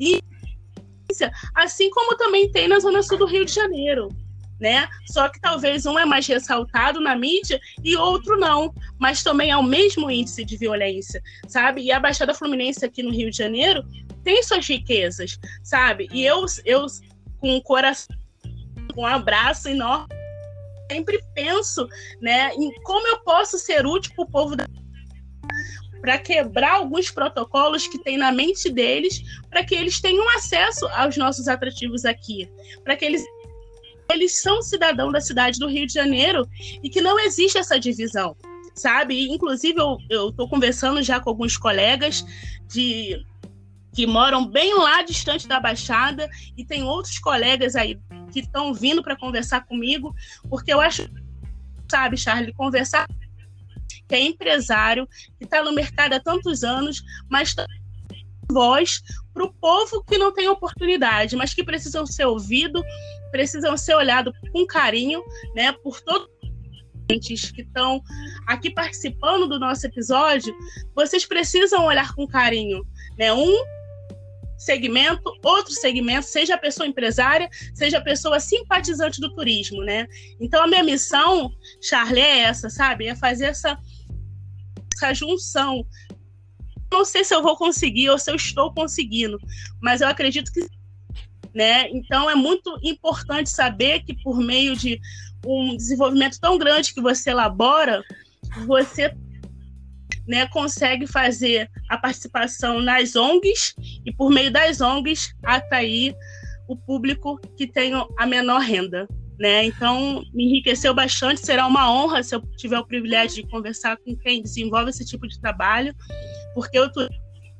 assim como também tem na Zona Sul do Rio de Janeiro, né? Só que talvez um é mais ressaltado na mídia e outro não, mas também é o mesmo índice de violência, sabe? E a Baixada Fluminense aqui no Rio de Janeiro tem suas riquezas, sabe? E eu, eu com o coração, com um abraço enorme, sempre penso, né, em como eu posso ser útil para o povo da... para quebrar alguns protocolos que tem na mente deles, para que eles tenham acesso aos nossos atrativos aqui, para que eles eles são cidadãos da cidade do Rio de Janeiro e que não existe essa divisão, sabe? E, inclusive, eu estou conversando já com alguns colegas de, que moram bem lá distante da Baixada e tem outros colegas aí que estão vindo para conversar comigo, porque eu acho, sabe, Charlie, conversar que é empresário, que está no mercado há tantos anos, mas tá voz para o povo que não tem oportunidade, mas que precisam ser ouvidos, precisam ser olhados com carinho, né, por todos os que estão aqui participando do nosso episódio. Vocês precisam olhar com carinho, né, um segmento, outro segmento, seja a pessoa empresária, seja a pessoa simpatizante do turismo, né? Então a minha missão, Charlie, é essa, sabe? É fazer essa, essa junção. Não sei se eu vou conseguir ou se eu estou conseguindo, mas eu acredito que, né? Então é muito importante saber que por meio de um desenvolvimento tão grande que você elabora, você, né, consegue fazer a participação nas O N Gs e, por meio das O N Gs, atrair o público que tem a menor renda, né? Então, me enriqueceu bastante. Será uma honra se eu tiver o privilégio de conversar com quem desenvolve esse tipo de trabalho, porque o turismo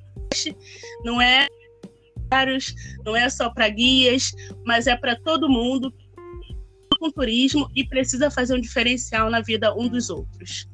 não é, não é só para guias, mas é para todo mundo com turismo e precisa fazer um diferencial na vida um dos outros.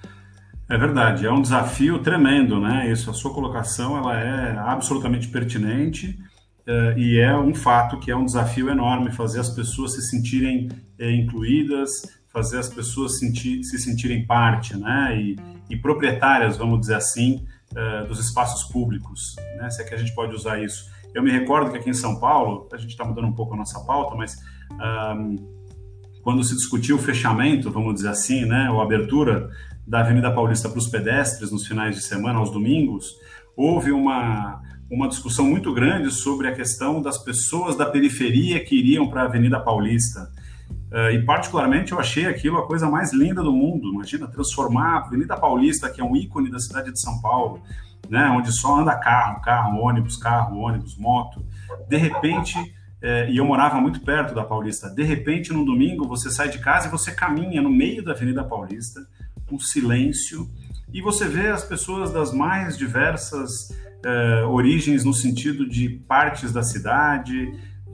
É verdade, é um desafio tremendo, né? Isso, a sua colocação, ela é absolutamente pertinente uh, e é um fato que é um desafio enorme fazer as pessoas se sentirem uh, incluídas, fazer as pessoas sentir, se sentirem parte, né? E, e proprietárias, vamos dizer assim, uh, dos espaços públicos, né? Se é que a gente pode usar isso. Eu me recordo que aqui em São Paulo, a gente está mudando um pouco a nossa pauta, mas um, quando se discutiu o fechamento, vamos dizer assim, né? Ou a abertura da Avenida Paulista para os pedestres nos finais de semana, aos domingos, houve uma, uma discussão muito grande sobre a questão das pessoas da periferia que iriam para a Avenida Paulista. Uh, e, particularmente, eu achei aquilo a coisa mais linda do mundo. Imagina, transformar a Avenida Paulista, que é um ícone da cidade de São Paulo, né, onde só anda carro, carro, ônibus, carro, ônibus, moto. De repente, eh, e eu morava muito perto da Paulista, de repente, num domingo, você sai de casa e você caminha no meio da Avenida Paulista, um silêncio, e você vê as pessoas das mais diversas uh, origens no sentido de partes da cidade,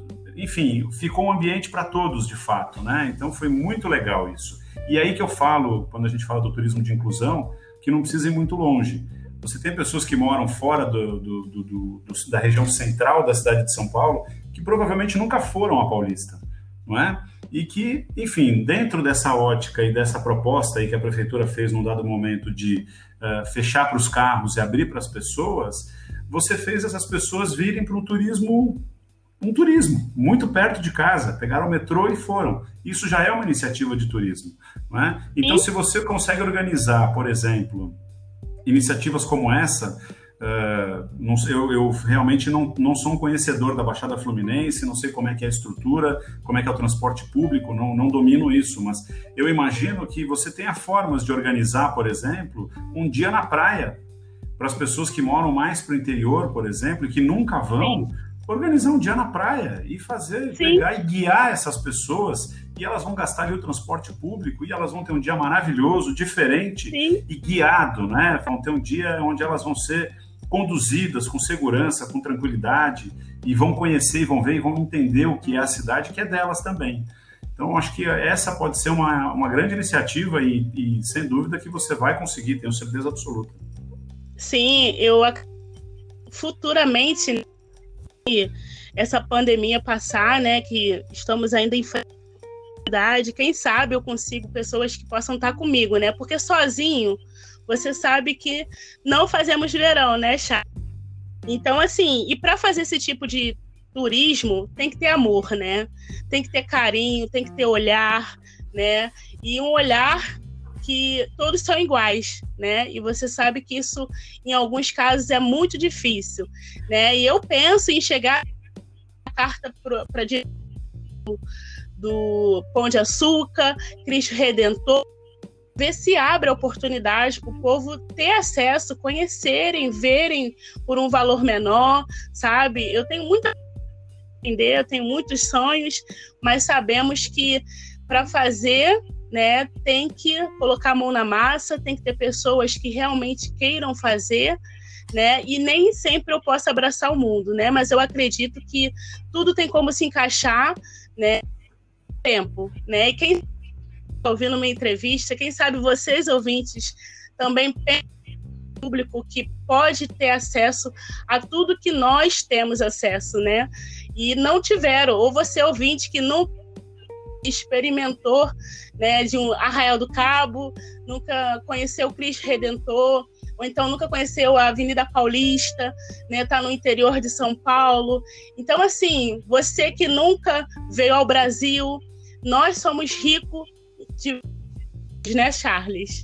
enfim, ficou um ambiente para todos, de fato, né? Então foi muito legal isso. E aí que eu falo, quando a gente fala do turismo de inclusão, que não precisa ir muito longe. Você tem pessoas que moram fora do, do, do, do, do, da região central da cidade de São Paulo, que provavelmente nunca foram à Paulista, não é? E que, enfim, dentro dessa ótica e dessa proposta aí que a prefeitura fez num dado momento de uh, fechar para os carros e abrir para as pessoas, você fez essas pessoas virem para um turismo, um turismo muito perto de casa, pegaram o metrô e foram. Isso já é uma iniciativa de turismo, não é? Então, se você consegue organizar, por exemplo, iniciativas como essa, Uh, não, eu, eu realmente não, não sou um conhecedor da Baixada Fluminense, não sei como é que é a estrutura, como é que é o transporte público, não, não domino isso, mas eu imagino que você tenha formas de organizar, por exemplo, um dia na praia, para as pessoas que moram mais para o interior, por exemplo, e que nunca vão, Sim. organizar um dia na praia e fazer, Sim. pegar e guiar essas pessoas, e elas vão gastar ali o transporte público, e elas vão ter um dia maravilhoso, diferente Sim. e guiado, né? Vão ter um dia onde elas vão ser conduzidas com segurança, com tranquilidade, e vão conhecer, e vão ver, e vão entender o que é a cidade, que é delas também. Então, acho que essa pode ser uma, uma grande iniciativa e, e, sem dúvida, que você vai conseguir, tenho certeza absoluta. Sim, eu futuramente, essa pandemia passar, né, que estamos ainda em quem sabe eu consigo pessoas que possam estar comigo, né? Porque sozinho, você sabe que não fazemos verão, né, Chá? Então, assim, e para fazer esse tipo de turismo, tem que ter amor, né? Tem que ter carinho, tem que ter olhar, né? E um olhar que todos são iguais, né? E você sabe que isso, em alguns casos, é muito difícil, né? E eu penso em chegar a carta para do Pão de Açúcar, Cristo Redentor, ver se abre a oportunidade para o povo ter acesso, conhecerem, verem por um valor menor, sabe? Eu tenho muita entender, eu tenho muitos sonhos, mas sabemos que para fazer, né, tem que colocar a mão na massa, tem que ter pessoas que realmente queiram fazer, né? E nem sempre eu posso abraçar o mundo, né? Mas eu acredito que tudo tem como se encaixar, né? Tempo, né? E quem está ouvindo uma entrevista, quem sabe vocês ouvintes também público que pode ter acesso a tudo que nós temos acesso, né? E não tiveram, ou você ouvinte que não experimentou, né, de um Arraial do Cabo, nunca conheceu o Cristo Redentor, ou então nunca conheceu a Avenida Paulista, né, tá no interior de São Paulo. Então, assim, você que nunca veio ao Brasil, nós somos ricos de, né, Charles?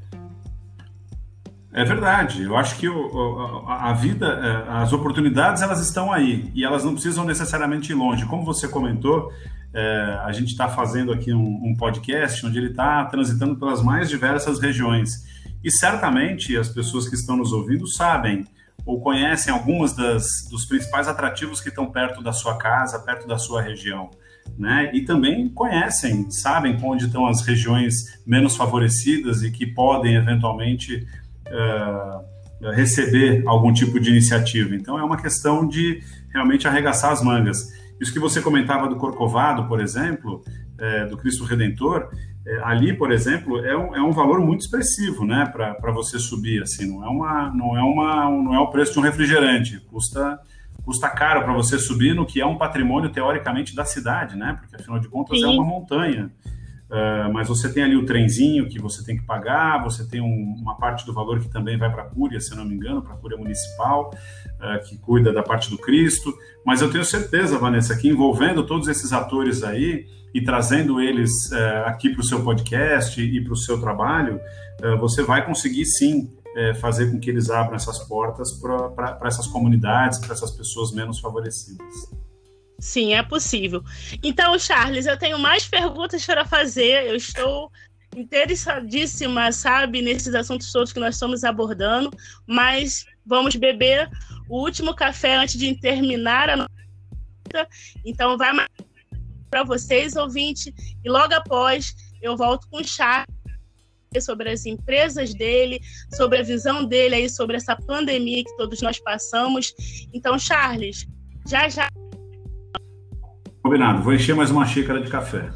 É verdade. Eu acho que o, a, a vida, as oportunidades, elas estão aí e elas não precisam necessariamente ir longe. Como você comentou, é, a gente está fazendo aqui um, um podcast onde ele está transitando pelas mais diversas regiões e certamente as pessoas que estão nos ouvindo sabem ou conhecem algumas das, dos principais atrativos que estão perto da sua casa, perto da sua região, né? E também conhecem, sabem onde estão as regiões menos favorecidas e que podem eventualmente uh, receber algum tipo de iniciativa. Então é uma questão de realmente arregaçar as mangas. Isso que você comentava do Corcovado, por exemplo, é, do Cristo Redentor, é, ali, por exemplo, é um, é um valor muito expressivo, né, para você subir, assim, não é, uma, não, é uma, não é o preço de um refrigerante, custa, custa caro para você subir no que é um patrimônio, teoricamente, da cidade, né, porque, afinal de contas, Sim. é uma montanha. Uh, mas você tem ali o trenzinho que você tem que pagar, você tem um, uma parte do valor que também vai para a Cúria, se eu não me engano, para a Cúria Municipal, uh, que cuida da parte do Cristo, mas eu tenho certeza, Vanessa, que envolvendo todos esses atores aí e trazendo eles uh, aqui para o seu podcast e para o seu trabalho, uh, você vai conseguir sim uh, fazer com que eles abram essas portas para essas comunidades, para essas pessoas menos favorecidas. Sim, é possível. Então, Charles, eu tenho mais perguntas para fazer. Eu estou interessadíssima, sabe, nesses assuntos todos que nós estamos abordando, mas vamos beber o último café antes de terminar a nossa. Então, vai para vocês, ouvintes, e logo após eu volto com o Charles sobre as empresas dele, sobre a visão dele aí, sobre essa pandemia que todos nós passamos. Então, Charles, já já Combinado, vou encher mais uma xícara de café.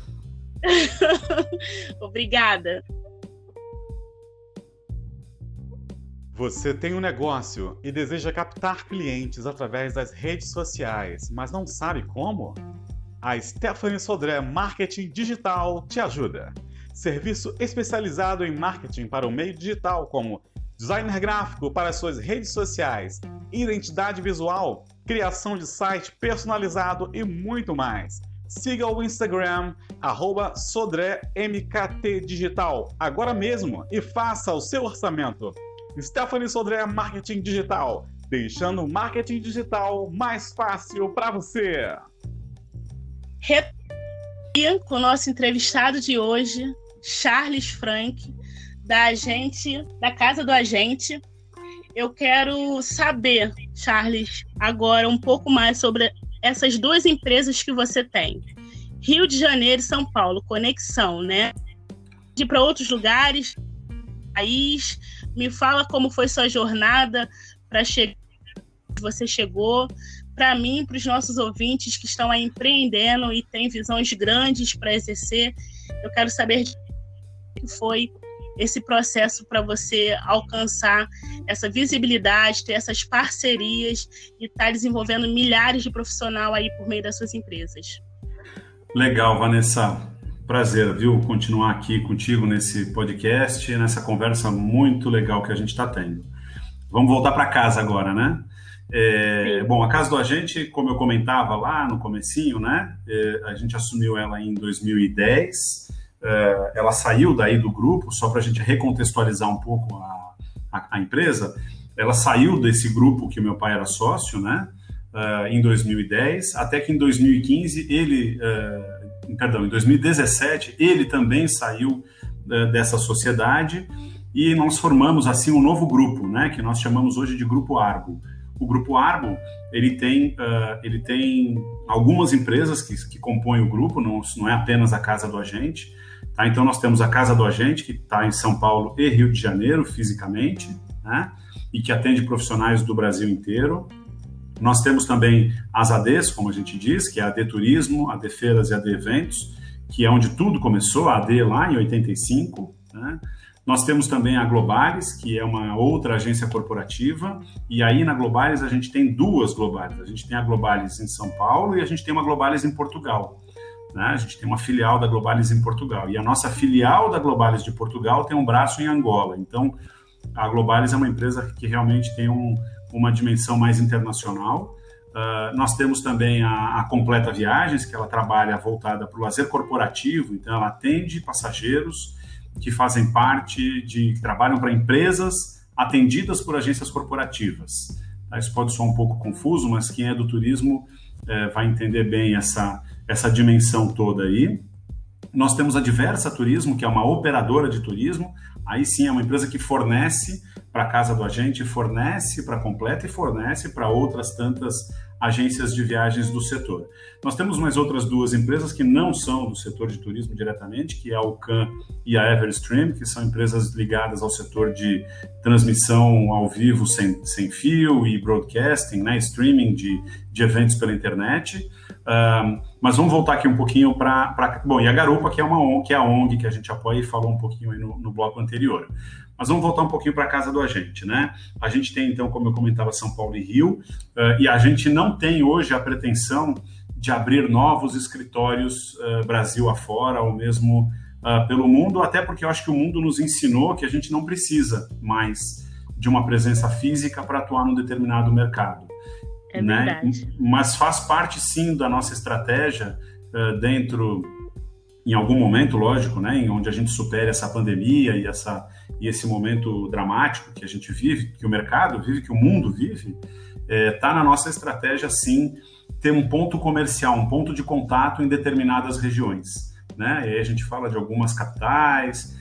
Obrigada. Você tem um negócio e deseja captar clientes através das redes sociais, mas não sabe como? A Stephanie Sodré Marketing Digital te ajuda. Serviço especializado em marketing para o meio digital, como designer gráfico para suas redes sociais, identidade visual, criação de site personalizado e muito mais. Siga o Instagram, arroba Sodré M K T Digital, agora mesmo e faça o seu orçamento. Stephanie Sodré Marketing Digital, deixando o marketing digital mais fácil para você. Retorno com o nosso entrevistado de hoje, Charles Frank, da agente, da Casa do Agente. Eu quero saber, Charles, agora um pouco mais sobre essas duas empresas que você tem. Rio de Janeiro e São Paulo, conexão, né? De para outros lugares, país. Me fala como foi sua jornada para chegar onde você chegou. Para mim, para os nossos ouvintes que estão aí empreendendo e têm visões grandes para exercer, eu quero saber de que foi esse processo para você alcançar essa visibilidade, ter essas parcerias e estar tá desenvolvendo milhares de profissionais aí por meio das suas empresas. Legal, Vanessa. prazer, viu, continuar aqui contigo nesse podcast, nessa conversa muito legal que a gente está tendo. Vamos voltar para casa agora, né? É, bom, a Casa do Agente, como eu comentava lá no comecinho, né? É, a gente assumiu ela em dois mil e dez, é, ela saiu daí do grupo, só para a gente recontextualizar um pouco a, a, a empresa, ela saiu desse grupo que o meu pai era sócio, né? Uh, em dois mil e dez, até que em dois mil e quinze ele, uh, perdão, em dois mil e dezessete ele também saiu uh, dessa sociedade e nós formamos assim um novo grupo, né, que nós chamamos hoje de Grupo Argo. O Grupo Argo, ele tem, uh, ele tem algumas empresas que, que compõem o grupo, não, não é apenas a Casa do Agente, tá? Então nós temos a Casa do Agente, que está em São Paulo e Rio de Janeiro fisicamente, né, e que atende profissionais do Brasil inteiro. Nós temos também as A Ds, como a gente diz, que é a AD Turismo, a AD Feiras e a AD Eventos, que é onde tudo começou, a AD lá em oitenta e cinco, né? Nós temos também a Globalis, que é uma outra agência corporativa, e aí na Globalis a gente tem duas Globalis. A gente tem a Globalis em São Paulo e a gente tem uma Globalis em Portugal, né? A gente tem uma filial da Globalis em Portugal. E a nossa filial da Globalis de Portugal tem um braço em Angola. Então, a Globalis é uma empresa que realmente tem um uma dimensão mais internacional. Uh, nós temos também a, a Completa Viagens, que ela trabalha voltada para o lazer corporativo, então ela atende passageiros que fazem parte de, que trabalham para empresas atendidas por agências corporativas. Tá? Isso pode soar um pouco confuso, mas quem é do turismo eh, vai entender bem essa, essa dimensão toda aí. Nós temos a Diversa Turismo, que é uma operadora de turismo, aí sim é uma empresa que fornece para a Casa do Agente, fornece para a Completa e fornece para outras tantas agências de viagens do setor. Nós temos mais outras duas empresas que não são do setor de turismo diretamente, que é a Ucan e a Everstream, que são empresas ligadas ao setor de transmissão ao vivo sem, sem fio e broadcasting, né, streaming de, de eventos pela internet. Um, mas vamos voltar aqui um pouquinho para... Bom, e a Garupa, que é, uma ONG, que é a ONG que a gente apoia e falou um pouquinho aí no, no bloco anterior. Mas vamos voltar um pouquinho para a Casa do Agente, né? A gente tem, então, como eu comentava, São Paulo e Rio, uh, e a gente não tem hoje a pretensão de abrir novos escritórios uh, Brasil afora, ou mesmo uh, pelo mundo, até porque eu acho que o mundo nos ensinou que a gente não precisa mais de uma presença física para atuar num determinado mercado. É né? verdade. Mas faz parte, sim, da nossa estratégia uh, dentro... em algum momento, lógico, né, em onde a gente supere essa pandemia e, essa, e esse momento dramático que a gente vive, que o mercado vive, que o mundo vive, está é, na nossa estratégia, sim, ter um ponto comercial, um ponto de contato em determinadas regiões, né? E aí a gente fala de algumas capitais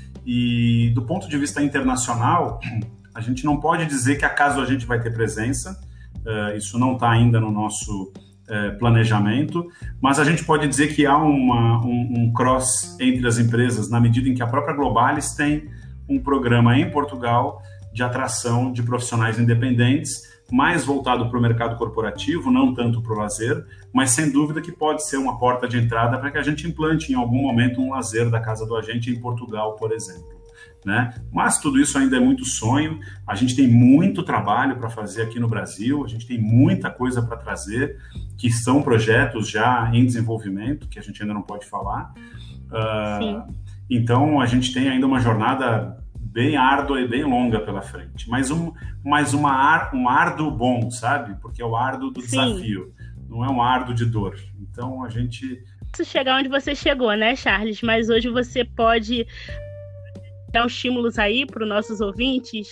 e, do ponto de vista internacional, a gente não pode dizer que acaso a gente vai ter presença, uh, isso não está ainda no nosso... É, planejamento, mas a gente pode dizer que há uma, um, um cross entre as empresas na medida em que a própria Globalis tem um programa em Portugal de atração de profissionais independentes, mais voltado para o mercado corporativo, não tanto para o lazer, mas sem dúvida que pode ser uma porta de entrada para que a gente implante em algum momento um lazer da Casa do Agente em Portugal, por exemplo. Né? Mas tudo isso ainda é muito sonho, a gente tem muito trabalho para fazer aqui no Brasil, a gente tem muita coisa para trazer, que são projetos já em desenvolvimento, que a gente ainda não pode falar. Uh, então, a gente tem ainda uma jornada bem árdua e bem longa pela frente, mas um, mas uma ar, um árduo bom, sabe? Porque é o árduo do Sim. desafio, não é um árduo de dor. Então, a gente... chegar onde você chegou, né, Charles? Mas hoje você pode... dar uns estímulos aí para os nossos ouvintes?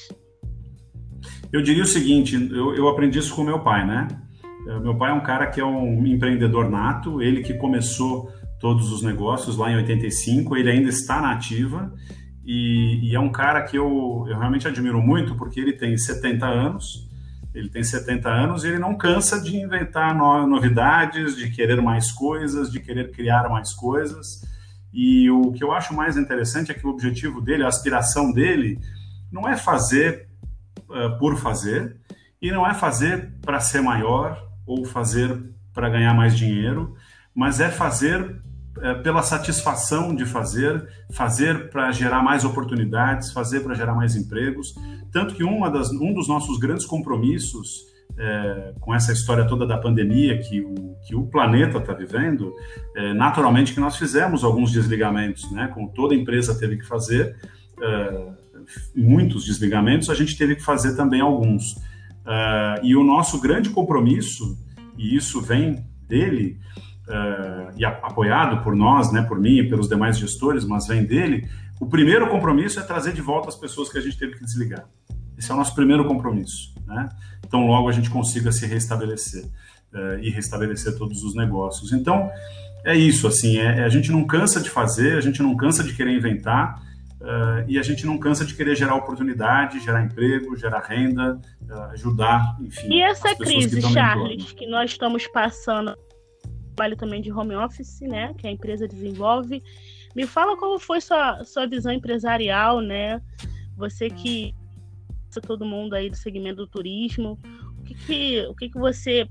Eu diria o seguinte, eu, eu aprendi isso com meu pai, né? Meu pai é um cara que é um empreendedor nato, ele que começou todos os negócios lá em oitenta e cinco, ele ainda está na ativa e, e é um cara que eu, eu realmente admiro muito porque ele tem setenta anos, ele tem setenta anos e ele não cansa de inventar no, novidades, de querer mais coisas, de querer criar mais coisas. E o que eu acho mais interessante é que o objetivo dele, a aspiração dele, não é fazer uh, por fazer, e não é fazer para ser maior ou fazer para ganhar mais dinheiro, mas é fazer uh, pela satisfação de fazer, fazer para gerar mais oportunidades, fazer para gerar mais empregos. Tanto que uma das, um dos nossos grandes compromissos é, com essa história toda da pandemia que o, que o planeta está vivendo, é, naturalmente que nós fizemos alguns desligamentos, né? Como toda empresa teve que fazer, é, muitos desligamentos, a gente teve que fazer também alguns. É, e o nosso grande compromisso, e isso vem dele, é, e a, apoiado por nós, né, por mim e pelos demais gestores, mas vem dele, o primeiro compromisso é trazer de volta as pessoas que a gente teve que desligar. Esse é o nosso primeiro compromisso, né? Então, logo a gente consiga se restabelecer uh, e restabelecer todos os negócios. Então, é isso, assim, é, a gente não cansa de fazer, a gente não cansa de querer inventar uh, e a gente não cansa de querer gerar oportunidade, gerar emprego, gerar renda, uh, ajudar, enfim. E essa crise, que Charles, que nós estamos passando, trabalho também de home office, né, que a empresa desenvolve, me fala como foi sua, sua visão empresarial, né? Você que todo mundo aí do segmento do turismo, o que que, o que, que você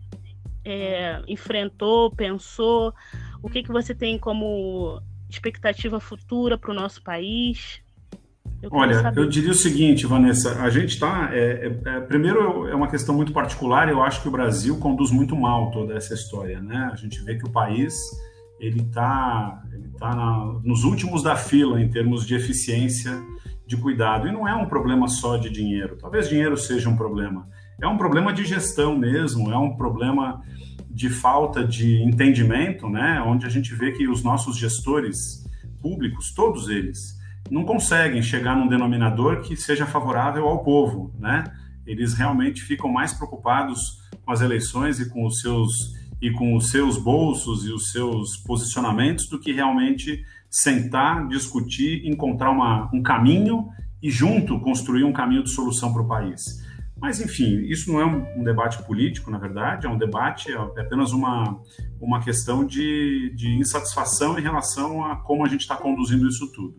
é, enfrentou, pensou, o que, que você tem como expectativa futura para o nosso país? Eu Olha, saber. Eu diria o seguinte, Vanessa, a gente está, é, é, é, primeiro é uma questão muito particular, eu acho que o Brasil conduz muito mal toda essa história, né? A gente vê que o país, ele está ele tá na, nos últimos da fila em termos de eficiência de cuidado, e não é um problema só de dinheiro, talvez dinheiro seja um problema, é um problema de gestão mesmo, é um problema de falta de entendimento, né, onde a gente vê que os nossos gestores públicos, todos eles, não conseguem chegar num denominador que seja favorável ao povo, né, eles realmente ficam mais preocupados com as eleições e com os seus, e com os seus bolsos e os seus posicionamentos do que realmente sentar, discutir, encontrar uma, um caminho e junto construir um caminho de solução para o país. Mas, enfim, isso não é um, um debate político, na verdade, é um debate, é apenas uma, uma questão de, de insatisfação em relação a como a gente está conduzindo isso tudo,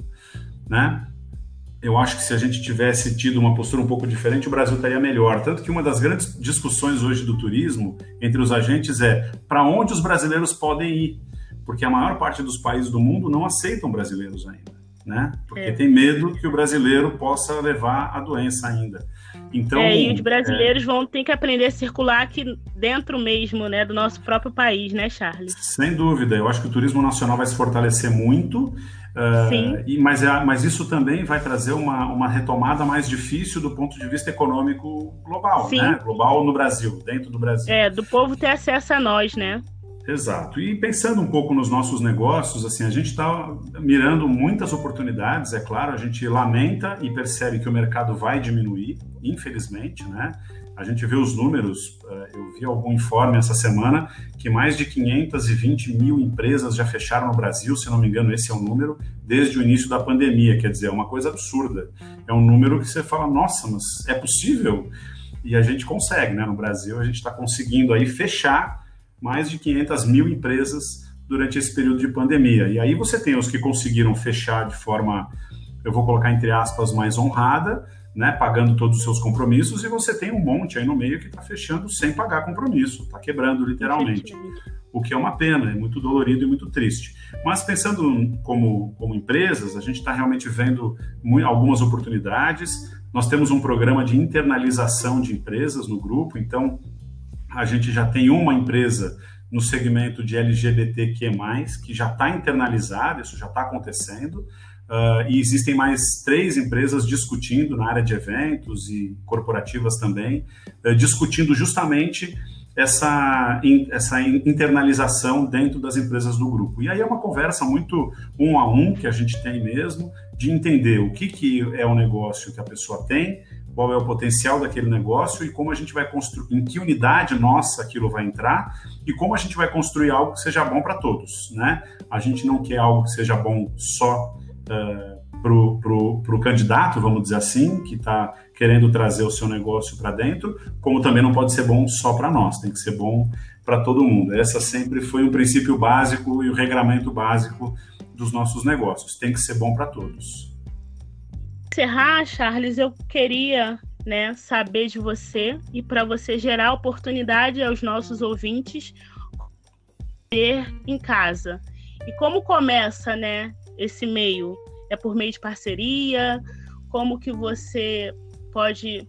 né? Eu acho que se a gente tivesse tido uma postura um pouco diferente, o Brasil estaria melhor. Tanto que uma das grandes discussões hoje do turismo entre os agentes é para onde os brasileiros podem ir, porque a maior parte dos países do mundo não aceitam brasileiros ainda, né? Porque é. tem medo que o brasileiro possa levar a doença ainda. Então, é, e os brasileiros é... vão ter que aprender a circular aqui dentro mesmo, né, do nosso próprio país, né, Charles? Sem dúvida, eu acho que o turismo nacional vai se fortalecer muito, uh, Sim. E, mas, é, mas isso também vai trazer uma, uma retomada mais difícil do ponto de vista econômico global, Sim. né? Global no Brasil, dentro do Brasil. É, do povo ter acesso a nós, né? Exato. E pensando um pouco nos nossos negócios, assim, a gente está mirando muitas oportunidades, é claro, a gente lamenta e percebe que o mercado vai diminuir, infelizmente, né? A gente vê os números, eu vi algum informe essa semana que mais de quinhentas e vinte mil empresas já fecharam no Brasil, se não me engano, esse é o número, desde o início da pandemia, quer dizer, é uma coisa absurda. É um número que você fala, nossa, mas é possível? E a gente consegue, né? No Brasil, a gente está conseguindo aí fechar mais de quinhentas mil empresas durante esse período de pandemia. E aí você tem os que conseguiram fechar de forma, eu vou colocar entre aspas, mais honrada, né, pagando todos os seus compromissos, e você tem um monte aí no meio que está fechando sem pagar compromisso, está quebrando literalmente. O que é uma pena, é muito dolorido e muito triste. Mas pensando como, como empresas, a gente está realmente vendo muito, algumas oportunidades. Nós temos um programa de internalização de empresas no grupo, então a gente já tem uma empresa no segmento de L G B T Q mais, que já está internalizada, isso já está acontecendo, uh, e existem mais três empresas discutindo na área de eventos e corporativas também, uh, discutindo justamente essa, in, essa internalização dentro das empresas do grupo. E aí é uma conversa muito um a um que a gente tem mesmo, de entender o que, que é o negócio que a pessoa tem, qual é o potencial daquele negócio e como a gente vai construir, em que unidade nossa aquilo vai entrar e como a gente vai construir algo que seja bom para todos, né? A gente não quer algo que seja bom só uh, pro, pro, pro candidato, vamos dizer assim, que está querendo trazer o seu negócio para dentro, como também não pode ser bom só para nós, tem que ser bom para todo mundo. Essa sempre foi o princípio básico e o regramento básico dos nossos negócios, tem que ser bom para todos. Encerrar, Charles, eu queria, né, saber de você e para você gerar oportunidade aos nossos ouvintes ter em casa. E como começa, né, esse meio? É por meio de parceria? Como que você pode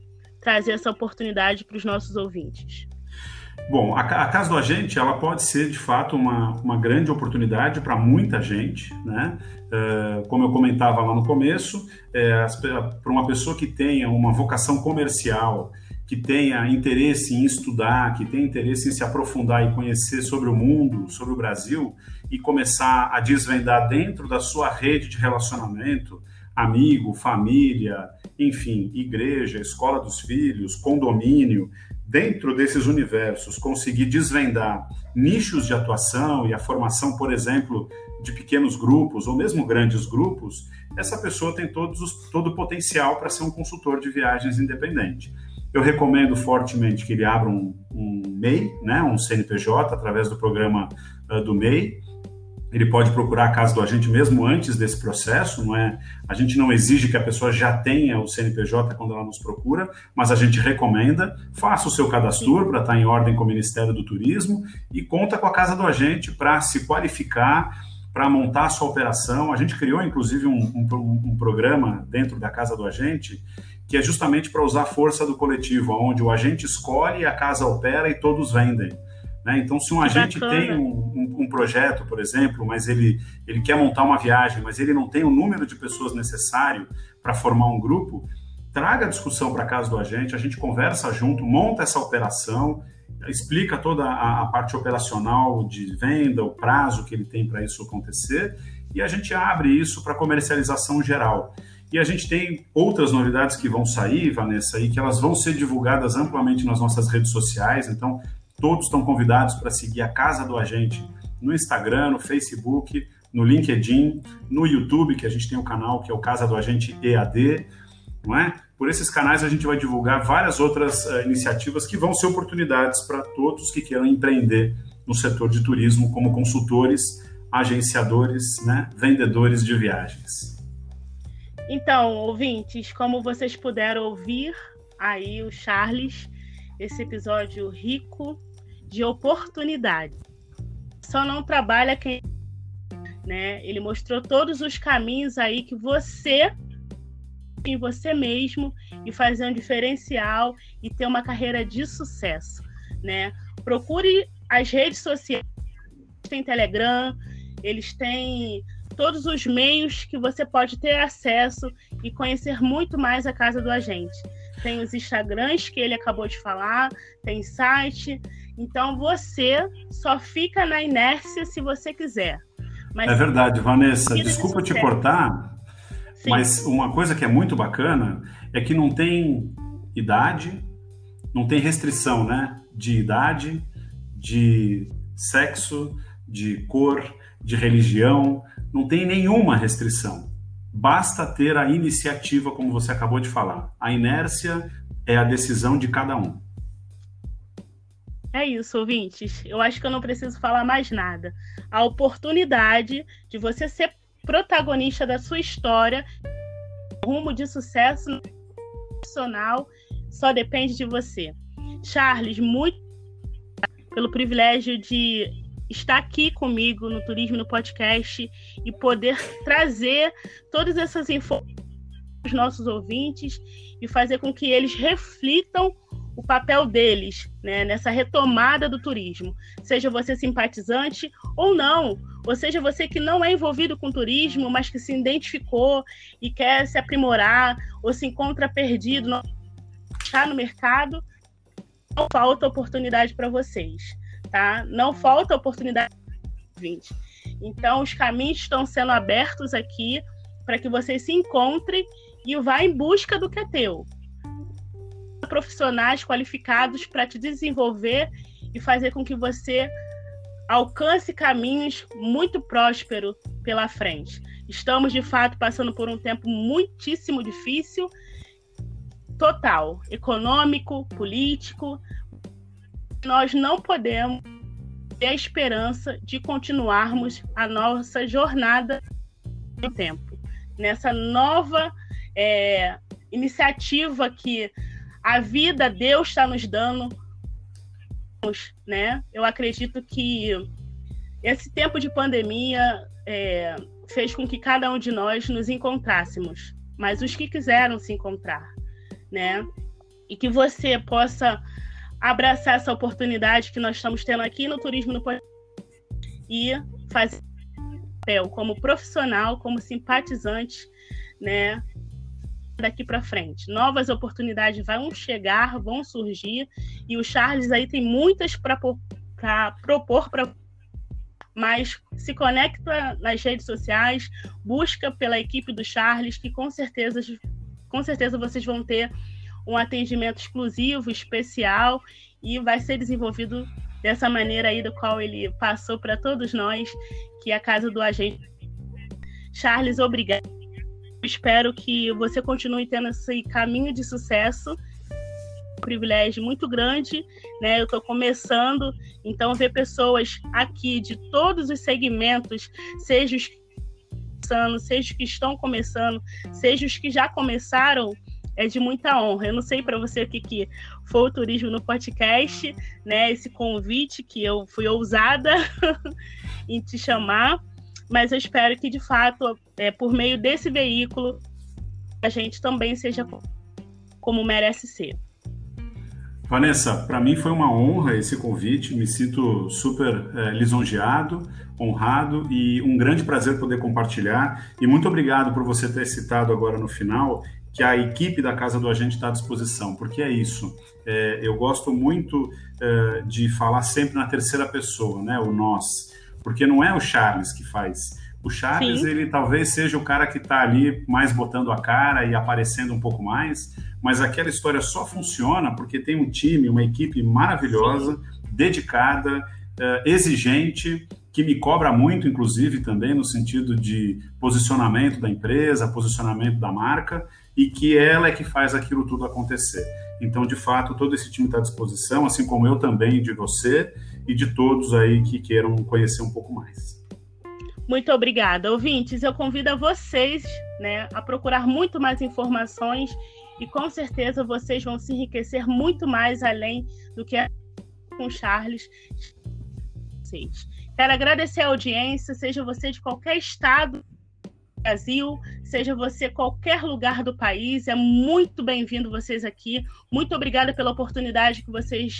trazer essa oportunidade para os nossos ouvintes? Bom, a, a Casa do Agente, ela pode ser, de fato, uma, uma grande oportunidade para muita gente, né? Uh, como eu comentava lá no começo, é, para uma pessoa que tenha uma vocação comercial, que tenha interesse em estudar, que tenha interesse em se aprofundar e conhecer sobre o mundo, sobre o Brasil, e começar a desvendar dentro da sua rede de relacionamento, amigo, família, enfim, igreja, escola dos filhos, condomínio, dentro desses universos, conseguir desvendar nichos de atuação e a formação, por exemplo, de pequenos grupos ou mesmo grandes grupos, essa pessoa tem todos os, todo o potencial para ser um consultor de viagens independente. Eu recomendo fortemente que ele abra um, um M E I, né, um C N P J, através do programa uh, do M E I. Ele pode procurar a Casa do Agente mesmo antes desse processo, não é? A gente não exige que a pessoa já tenha o C N P J quando ela nos procura, mas a gente recomenda, faça o seu cadastro para estar em ordem com o Ministério do Turismo e conta com a Casa do Agente para se qualificar, para montar a sua operação. A gente criou, inclusive, um, um, um programa dentro da Casa do Agente que é justamente para usar a força do coletivo, onde o agente escolhe, a casa opera e todos vendem. Né? Então, se um agente tem um, um, um projeto, por exemplo, mas ele, ele quer montar uma viagem, mas ele não tem o número de pessoas necessário para formar um grupo, traga a discussão para a Casa do Agente, a gente conversa junto, monta essa operação, explica toda a, a parte operacional de venda, o prazo que ele tem para isso acontecer, e a gente abre isso para comercialização geral. E a gente tem outras novidades que vão sair, Vanessa, e que elas vão ser divulgadas amplamente nas nossas redes sociais, então todos estão convidados para seguir a Casa do Agente no Instagram, no Facebook, no LinkedIn, no YouTube, que a gente tem um canal que é o Casa do Agente E A D, não é? Por esses canais a gente vai divulgar várias outras uh, iniciativas que vão ser oportunidades para todos que queiram empreender no setor de turismo como consultores, agenciadores, né, vendedores de viagens. Então, ouvintes, como vocês puderam ouvir aí o Charles, esse episódio rico de oportunidade. Só não trabalha quem... Né? Ele mostrou todos os caminhos aí que você, em você mesmo, e fazer um diferencial e ter uma carreira de sucesso. Né? Procure as redes sociais, tem Telegram, eles têm todos os meios que você pode ter acesso e conhecer muito mais a Casa do Agente. Tem os Instagrams que ele acabou de falar, tem site. Então você só fica na inércia se você quiser. Mas, é verdade, Vanessa. Desculpa te cortar, sim, mas uma coisa que é muito bacana é que não tem idade, não tem restrição, né? De idade, de sexo, de cor, de religião. Não tem nenhuma restrição. Basta ter a iniciativa, como você acabou de falar. A inércia é a decisão de cada um. É isso, ouvintes. Eu acho que eu não preciso falar mais nada. A oportunidade de você ser protagonista da sua história, rumo de sucesso profissional, só depende de você. Charles, muito pelo privilégio de estar aqui comigo no Turismo no Podcast e poder trazer todas essas informações para os nossos ouvintes e fazer com que eles reflitam o papel deles, né, nessa retomada do turismo. Seja você simpatizante ou não, ou seja você que não é envolvido com turismo, mas que se identificou e quer se aprimorar ou se encontra perdido, não está no mercado, não falta oportunidade para vocês. Tá? Não falta oportunidade. Então, os caminhos estão sendo abertos aqui para que vocês se encontrem e vá em busca do que é teu. Profissionais qualificados para te desenvolver e fazer com que você alcance caminhos muito prósperos pela frente. Estamos, de fato, passando por um tempo muitíssimo difícil, total, econômico, político. Nós não podemos ter a esperança de continuarmos a nossa jornada no tempo. Nessa nova é, iniciativa que a vida, Deus está nos dando, né? Eu acredito que esse tempo de pandemia é, fez com que cada um de nós nos encontrássemos, mas os que quiseram se encontrar, né? e que você possa abraçar essa oportunidade que nós estamos tendo aqui no Turismo no Podcast e fazer papel como profissional, como simpatizante, né, daqui para frente. Novas oportunidades vão chegar, vão surgir, e o Charles aí tem muitas para propor para, mas se conecta nas redes sociais, busca pela equipe do Charles, que com certeza, com certeza vocês vão ter um atendimento exclusivo, especial, e vai ser desenvolvido dessa maneira aí do qual ele passou para todos nós, que é a casa do agente. Charles, obrigado. Espero que você continue tendo esse caminho de sucesso. Um privilégio muito grande, né? Eu estou começando, então ver pessoas aqui de todos os segmentos, seja os que estão começando, seja os que estão começando, seja os que já começaram, é de muita honra. Eu não sei para você o que, que foi o Turismo no Podcast, né? Esse convite que eu fui ousada em te chamar, mas eu espero que, de fato, é, por meio desse veículo, a gente também seja como merece ser. Vanessa, para mim foi uma honra esse convite, me sinto super é, lisonjeado, honrado e um grande prazer poder compartilhar. E muito obrigado por você ter citado agora no final que a equipe da Casa do Agente está à disposição, porque é isso. É, eu gosto muito é, de falar sempre na terceira pessoa, né, o nós, porque não é o Charles que faz. O Charles, Sim. ele talvez seja o cara que está ali mais botando a cara e aparecendo um pouco mais, mas aquela história só funciona porque tem um time, uma equipe maravilhosa, Sim. dedicada, uh, exigente, que me cobra muito, inclusive, também no sentido de posicionamento da empresa, posicionamento da marca, e que ela é que faz aquilo tudo acontecer. Então, de fato, todo esse time está à disposição, assim como eu também, de você e de todos aí que queiram conhecer um pouco mais. Muito obrigada. Ouvintes, eu convido a vocês, né, a procurar muito mais informações e com certeza vocês vão se enriquecer muito mais além do que é com o Charles. Quero agradecer a audiência, seja você de qualquer estado do Brasil, seja você qualquer lugar do país, é muito bem-vindo vocês aqui. Muito obrigada pela oportunidade que vocês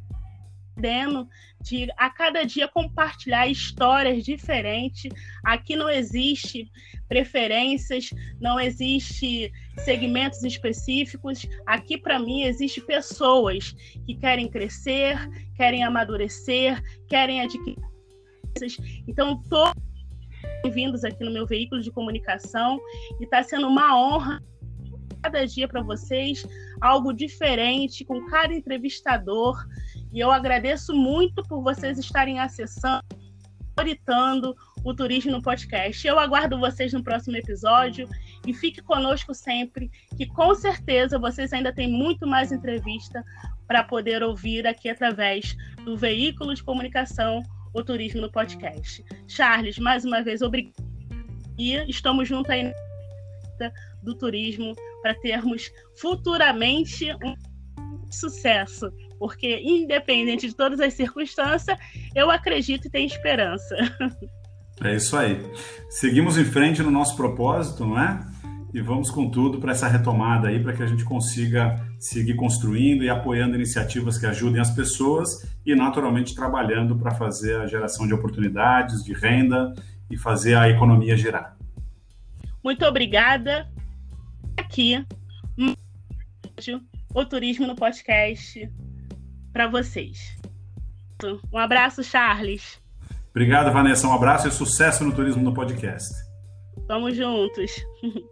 dando de a cada dia compartilhar histórias diferentes. Aqui não existe preferências, não existe segmentos específicos. Aqui, para mim, existe pessoas que querem crescer, querem amadurecer, querem adquirir. Então, todos bem-vindos aqui no meu veículo de comunicação e está sendo uma honra cada dia para vocês, algo diferente com cada entrevistador. E eu agradeço muito por vocês estarem acessando, favoritando o Turismo no Podcast. Eu aguardo vocês no próximo episódio e fique conosco sempre, que com certeza vocês ainda têm muito mais entrevista para poder ouvir aqui através do veículo de comunicação, o Turismo no Podcast. Charles, mais uma vez, obrigado. E estamos juntos aí do turismo para termos futuramente um sucesso, porque independente de todas as circunstâncias, eu acredito e tenho esperança. É isso aí. Seguimos em frente no nosso propósito, não é? E vamos com tudo para essa retomada aí, para que a gente consiga seguir construindo e apoiando iniciativas que ajudem as pessoas e, naturalmente, trabalhando para fazer a geração de oportunidades, de renda e fazer a economia girar. Muito obrigada. Aqui, o Turismo no Podcast para vocês. Um abraço, Charles. Obrigado, Vanessa. Um abraço e sucesso no Turismo no Podcast. Vamos juntos.